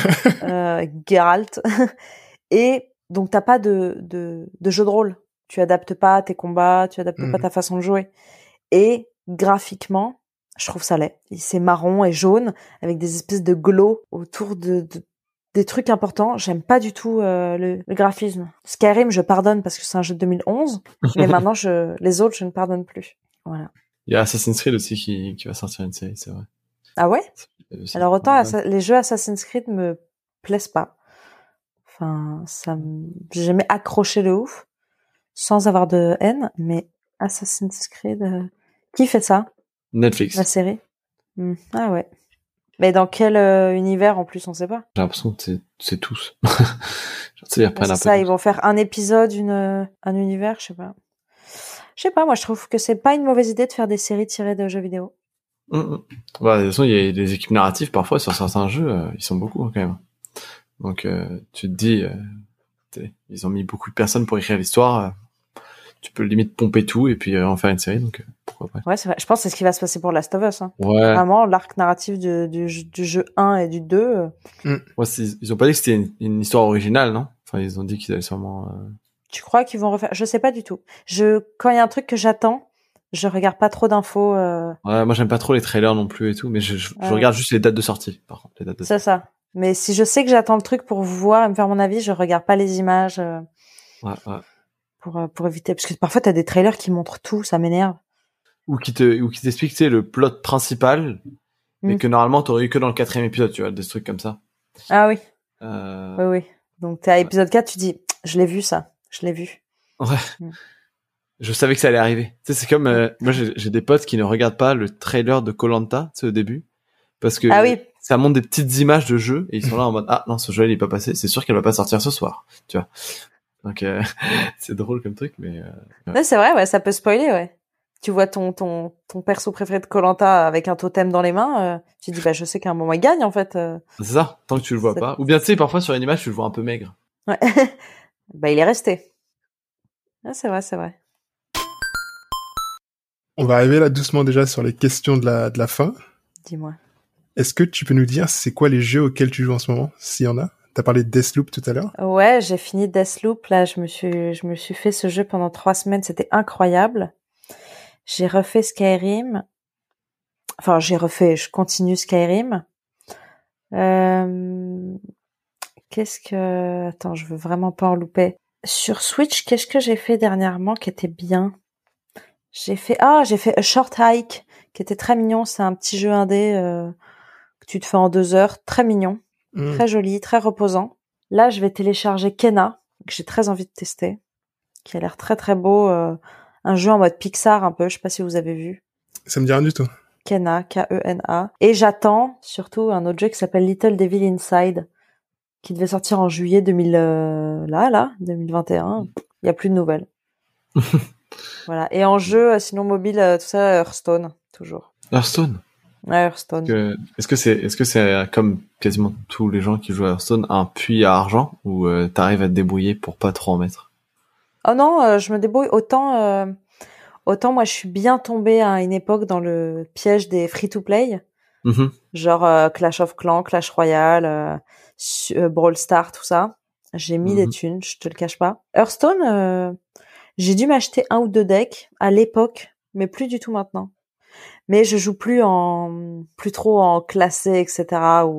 Geralt. Et donc t'as pas de jeu de rôle. Tu adaptes pas tes combats, tu adaptes pas ta façon de jouer. Et graphiquement, je trouve ça laid. C'est marron et jaune avec des espèces de glow autour des trucs importants. J'aime pas du tout le graphisme. Skyrim, je pardonne parce que c'est un jeu de 2011, mais maintenant les autres, je ne pardonne plus. Voilà. Il y a Assassin's Creed aussi qui va sortir une série, c'est vrai. Ah ouais? Alors autant les jeux Assassin's Creed me plaisent pas. Enfin, j'ai jamais accroché de ouf, sans avoir de haine, mais Assassin's Creed, qui fait ça? Netflix. La série? Ah ouais. Mais dans quel univers en plus, on sait pas. J'ai l'impression que c'est tous. C'est ça, ils vont faire un épisode, un univers, je sais pas. Je sais pas, moi je trouve que c'est pas une mauvaise idée de faire des séries tirées de jeux vidéo. Ouais, de toute façon, il y a des équipes narratives parfois sur certains jeux, ils sont beaucoup quand même. Donc tu te dis, ils ont mis beaucoup de personnes pour écrire l'histoire. Tu peux limite pomper tout et puis en faire une série, donc pourquoi pas. Ouais, c'est vrai. Je pense que c'est ce qui va se passer pour Last of Us. Hein. Ouais. Vraiment, l'arc narratif du jeu 1 et du 2. Ouais, ils ont pas dit que c'était une histoire originale, non? Enfin, ils ont dit qu'ils allaient sûrement... Tu crois qu'ils vont refaire? Je sais pas du tout. Quand il y a un truc que j'attends, je regarde pas trop d'infos. Ouais, moi j'aime pas trop les trailers non plus et tout, mais je regarde juste les dates de sortie, par contre. C'est ça. Mais si je sais que j'attends le truc pour voir et me faire mon avis, je regarde pas les images. Ouais. Pour éviter, parce que parfois t'as des trailers qui montrent tout, ça m'énerve. Ou qui t'expliquent, tu sais, le plot principal, mais que normalement t'aurais eu que dans le 4e épisode, tu vois, des trucs comme ça. Ah oui. Oui. Donc t'es à épisode 4, tu dis, je l'ai vu ça, je l'ai vu. Ouais. Je savais que ça allait arriver. Tu sais, c'est comme, moi j'ai des potes qui ne regardent pas le trailer de Koh-Lanta, tu sais, au début, parce que ça montre des petites images de jeu, et ils sont là en mode, ah non, ce jeu il est pas passé, c'est sûr qu'elle va pas sortir ce soir, tu vois. Donc c'est drôle comme truc, mais ouais, c'est vrai, ouais, ça peut spoiler, ouais. Tu vois ton perso préféré de Koh-Lanta avec un totem dans les mains, tu dis bah je sais qu'à un moment il gagne en fait. C'est ça, tant que tu le vois pas. Ou bien tu sais parfois sur une image tu le vois un peu maigre. Ouais. Bah il est resté. Ah, c'est vrai. On va arriver là doucement déjà sur les questions de la fin. Dis-moi. Est-ce que tu peux nous dire c'est quoi les jeux auxquels tu joues en ce moment, s'il y en a? T'as parlé de Deathloop tout à l'heure. Ouais, j'ai fini Deathloop. Là, je me suis fait ce jeu pendant 3 semaines. C'était incroyable. J'ai refait Skyrim. Enfin, je continue Skyrim. Attends, je veux vraiment pas en louper. Sur Switch, qu'est-ce que j'ai fait dernièrement qui était bien? J'ai fait A Short Hike, qui était très mignon. C'est un petit jeu indé que tu te fais en 2 heures. Très mignon, très joli, très reposant. Là, je vais télécharger Kena, que j'ai très envie de tester, qui a l'air très très beau. Un jeu en mode Pixar un peu, je sais pas si vous avez vu. Ça me dit rien du tout. Kena, Kena. Et j'attends surtout un autre jeu qui s'appelle Little Devil Inside, qui devait sortir en juillet 2021. Il y a plus de nouvelles. Voilà. Et en jeu, sinon mobile, tout ça, Hearthstone, toujours. Hearthstone. Ouais, Hearthstone. Est-ce que c'est comme quasiment tous les gens qui jouent à Hearthstone, un puits à argent ou t'arrives à te débrouiller pour pas trop en mettre? Oh non, je me débrouille autant moi je suis bien tombée à une époque dans le piège des free-to-play, genre Clash of Clans, Clash Royale, Brawl Stars, tout ça. J'ai mis des thunes, je te le cache pas. Hearthstone, j'ai dû m'acheter 1 ou 2 decks à l'époque, mais plus du tout maintenant. Mais je joue plus trop en classé, etc.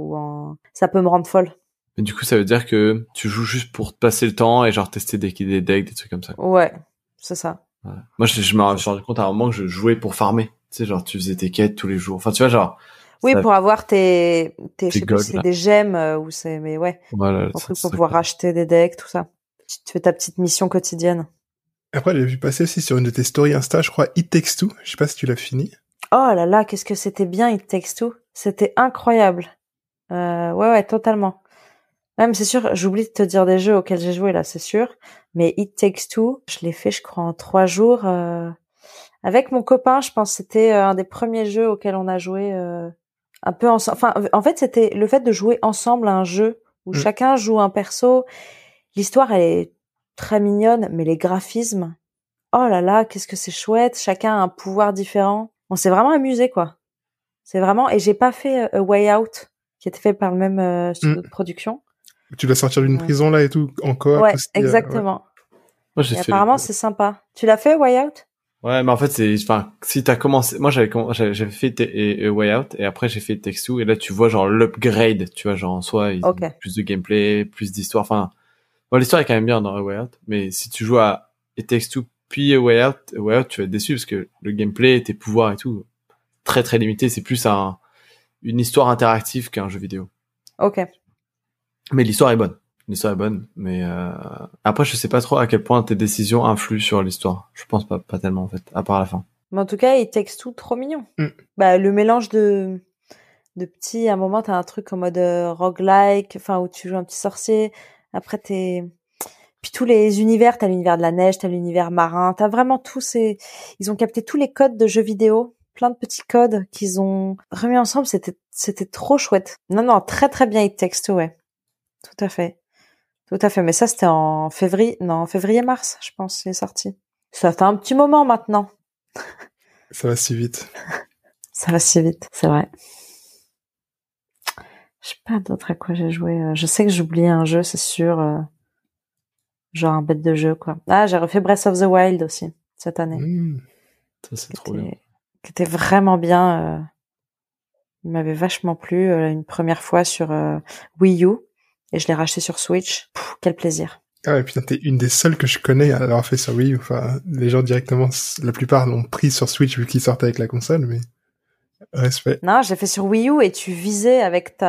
Ça peut me rendre folle. Et du coup, ça veut dire que tu joues juste pour te passer le temps et genre tester des decks, des trucs comme ça. Ouais, c'est ça. Ouais. Moi, je me suis rendu compte à un moment que je jouais pour farmer. Tu sais, genre, tu faisais tes quêtes tous les jours. Enfin, tu vois, genre. Oui, pour avoir tes je sais gold, pas si c'est des gemmes ou c'est, mais ouais. Voilà. Un truc pour pouvoir racheter des decks, tout ça. Tu te fais ta petite mission quotidienne. Après, j'ai vu passer aussi sur une de tes stories Insta, je crois, It Takes Two. Je sais pas si tu l'as fini. Oh là là, qu'est-ce que c'était bien It Takes Two. C'était incroyable. Ouais, totalement. Même, c'est sûr, j'oublie de te dire des jeux auxquels j'ai joué là, c'est sûr. Mais It Takes Two, je l'ai fait, je crois, en 3 jours. Avec mon copain, je pense que c'était un des premiers jeux auxquels on a joué un peu ensemble. Enfin, en fait, c'était le fait de jouer ensemble à un jeu où chacun joue un perso. L'histoire, elle est très mignonne, mais les graphismes, oh là là, qu'est-ce que c'est chouette. Chacun a un pouvoir différent. On s'est vraiment amusé, quoi. C'est vraiment... Et j'ai pas fait A Way Out, qui était fait par le même studio de production. Tu dois sortir d'une prison là et tout, en coop. Ouais, aussi, exactement. Moi, j'ai et fait apparemment, c'est sympa. Tu l'as fait, Way Out? Ouais, mais en fait, si t'as commencé, moi, j'avais fait A Way Out, et après, j'ai fait It Takes Two, et là, tu vois, genre, l'upgrade, tu vois, genre, en soi, ils ont plus de gameplay, plus d'histoire, enfin, bon, l'histoire est quand même bien dans A Way Out, mais si tu joues à It Takes Two, puis A Way Out, tu vas être déçu, parce que le gameplay, tes pouvoirs et tout, très, très limité, c'est plus une histoire interactive qu'un jeu vidéo. Ok. Mais l'histoire est bonne. L'histoire est bonne, mais après je sais pas trop à quel point tes décisions influent sur l'histoire. Je pense pas tellement en fait, à part la fin. Mais en tout cas, It Takes Two, trop mignon. Bah le mélange de petits, à un moment t'as un truc en mode roguelike, enfin où tu joues un petit sorcier. Après puis tous les univers, t'as l'univers de la neige, t'as l'univers marin, t'as vraiment ils ont capté tous les codes de jeux vidéo, plein de petits codes qu'ils ont remis ensemble. C'était trop chouette. Non, très très bien It Takes Two, ouais. Tout à fait. Mais ça, c'était en février-mars, je pense, c'est sorti. Ça fait un petit moment maintenant. Ça va si vite. Ça va si vite, c'est vrai. Je sais pas d'autre à quoi j'ai joué. Je sais que j'ai oublié un jeu, c'est sûr. Genre un bête de jeu, quoi. Ah, j'ai refait Breath of the Wild aussi, cette année. Ça, c'est trop bien. Qui était vraiment bien. Il m'avait vachement plu une première fois sur Wii U. Et je l'ai racheté sur Switch. Quel plaisir. Ah ouais, putain, t'es une des seules que je connais à l'avoir fait sur Wii U. Enfin, les gens directement, la plupart l'ont pris sur Switch vu qu'ils sortent avec la console, mais respect. Non, j'ai fait sur Wii U et tu visais avec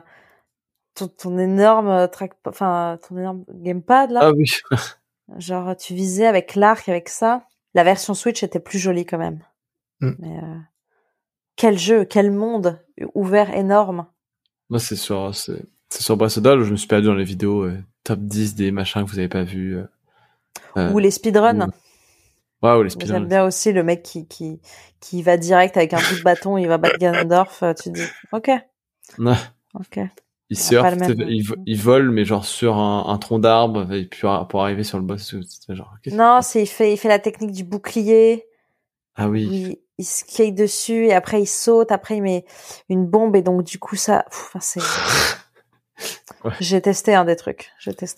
ton énorme ton énorme gamepad là. Ah oui. Genre tu visais avec l'arc, avec ça. La version Switch était plus jolie quand même. Mais quel jeu, quel monde ouvert énorme. Moi c'est sur Breath of the Wild où je me suis perdu dans les vidéos top 10 des machins que vous avez pas vus. Ou les speedruns. Ouais, ou les speedruns. J'aime bien aussi le mec qui va direct avec un bout de bâton, il va battre Ganondorf, tu dis OK. Ouais. OK. Il surfe, il vole mais genre sur un tronc d'arbre et puis pour arriver sur le boss genre. Non, il fait la technique du bouclier. Ah oui. Oui, il skate dessus et après il saute, après il met une bombe et donc du coup ça c'est ouais. J'ai testé des trucs,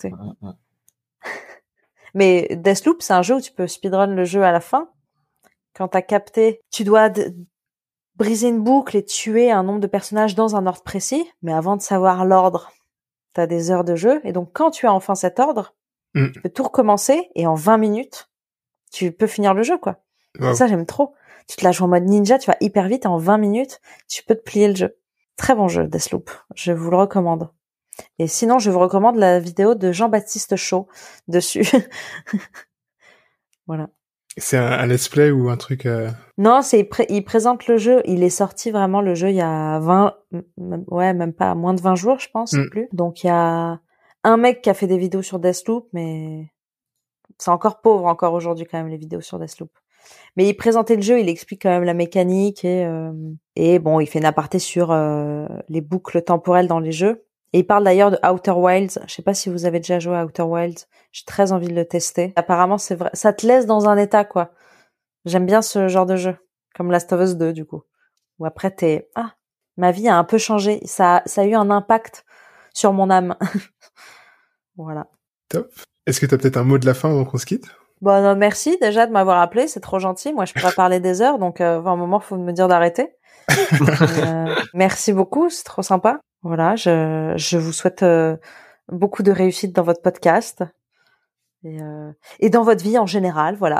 Mais Deathloop, c'est un jeu où tu peux speedrun le jeu à la fin quand t'as capté, tu dois briser une boucle et tuer un nombre de personnages dans un ordre précis, mais avant de savoir l'ordre, t'as des heures de jeu, et donc quand tu as enfin cet ordre, tu peux tout recommencer, et en 20 minutes, tu peux finir le jeu, quoi. Wow. Ça, j'aime trop. Tu te la joues en mode ninja, tu vas hyper vite, et en 20 minutes, tu peux te plier le jeu. Très bon jeu, Deathloop. Je vous le recommande. Et sinon, je vous recommande la vidéo de Jean-Baptiste Chaud dessus. Voilà. C'est un let's play ou un truc Non, il présente le jeu. Il est sorti vraiment le jeu il y a même pas moins de 20 jours, je pense, plus. Donc il y a un mec qui a fait des vidéos sur Deathloop, mais c'est encore pauvre encore aujourd'hui quand même les vidéos sur Deathloop. Mais il présentait le jeu, il explique quand même la mécanique et bon, il fait une aparté sur les boucles temporelles dans les jeux. Et il parle d'ailleurs de Outer Wilds. Je sais pas si vous avez déjà joué à Outer Wilds. J'ai très envie de le tester. Apparemment, c'est vrai. Ça te laisse dans un état, quoi. J'aime bien ce genre de jeu. Comme Last of Us 2, du coup. Où après, ma vie a un peu changé. Ça a eu un impact sur mon âme. Voilà. Top. Est-ce que t'as peut-être un mot de la fin avant qu'on se quitte? Bon, non, merci déjà de m'avoir appelé. C'est trop gentil. Moi, je pourrais parler des heures. Donc, à un moment, faut me dire d'arrêter. Merci beaucoup. C'est trop sympa. Voilà, je vous souhaite beaucoup de réussite dans votre podcast et dans votre vie en général, voilà.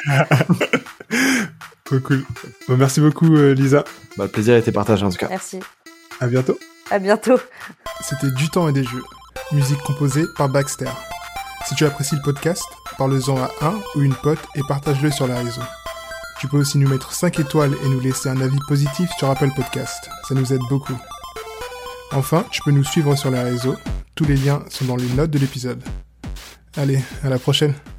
Trop cool. Bon, merci beaucoup Lisa. Le plaisir a été partagé en tout cas. Merci. À bientôt. À bientôt. C'était Du temps et des jeux. Musique composée par Baxter. Si tu apprécies le podcast, parle-en à un ou une pote et partage-le sur les réseaux. Tu peux aussi nous mettre 5 étoiles et nous laisser un avis positif sur Apple Podcast. Ça nous aide beaucoup. Enfin, tu peux nous suivre sur les réseaux. Tous les liens sont dans les notes de l'épisode. Allez, à la prochaine.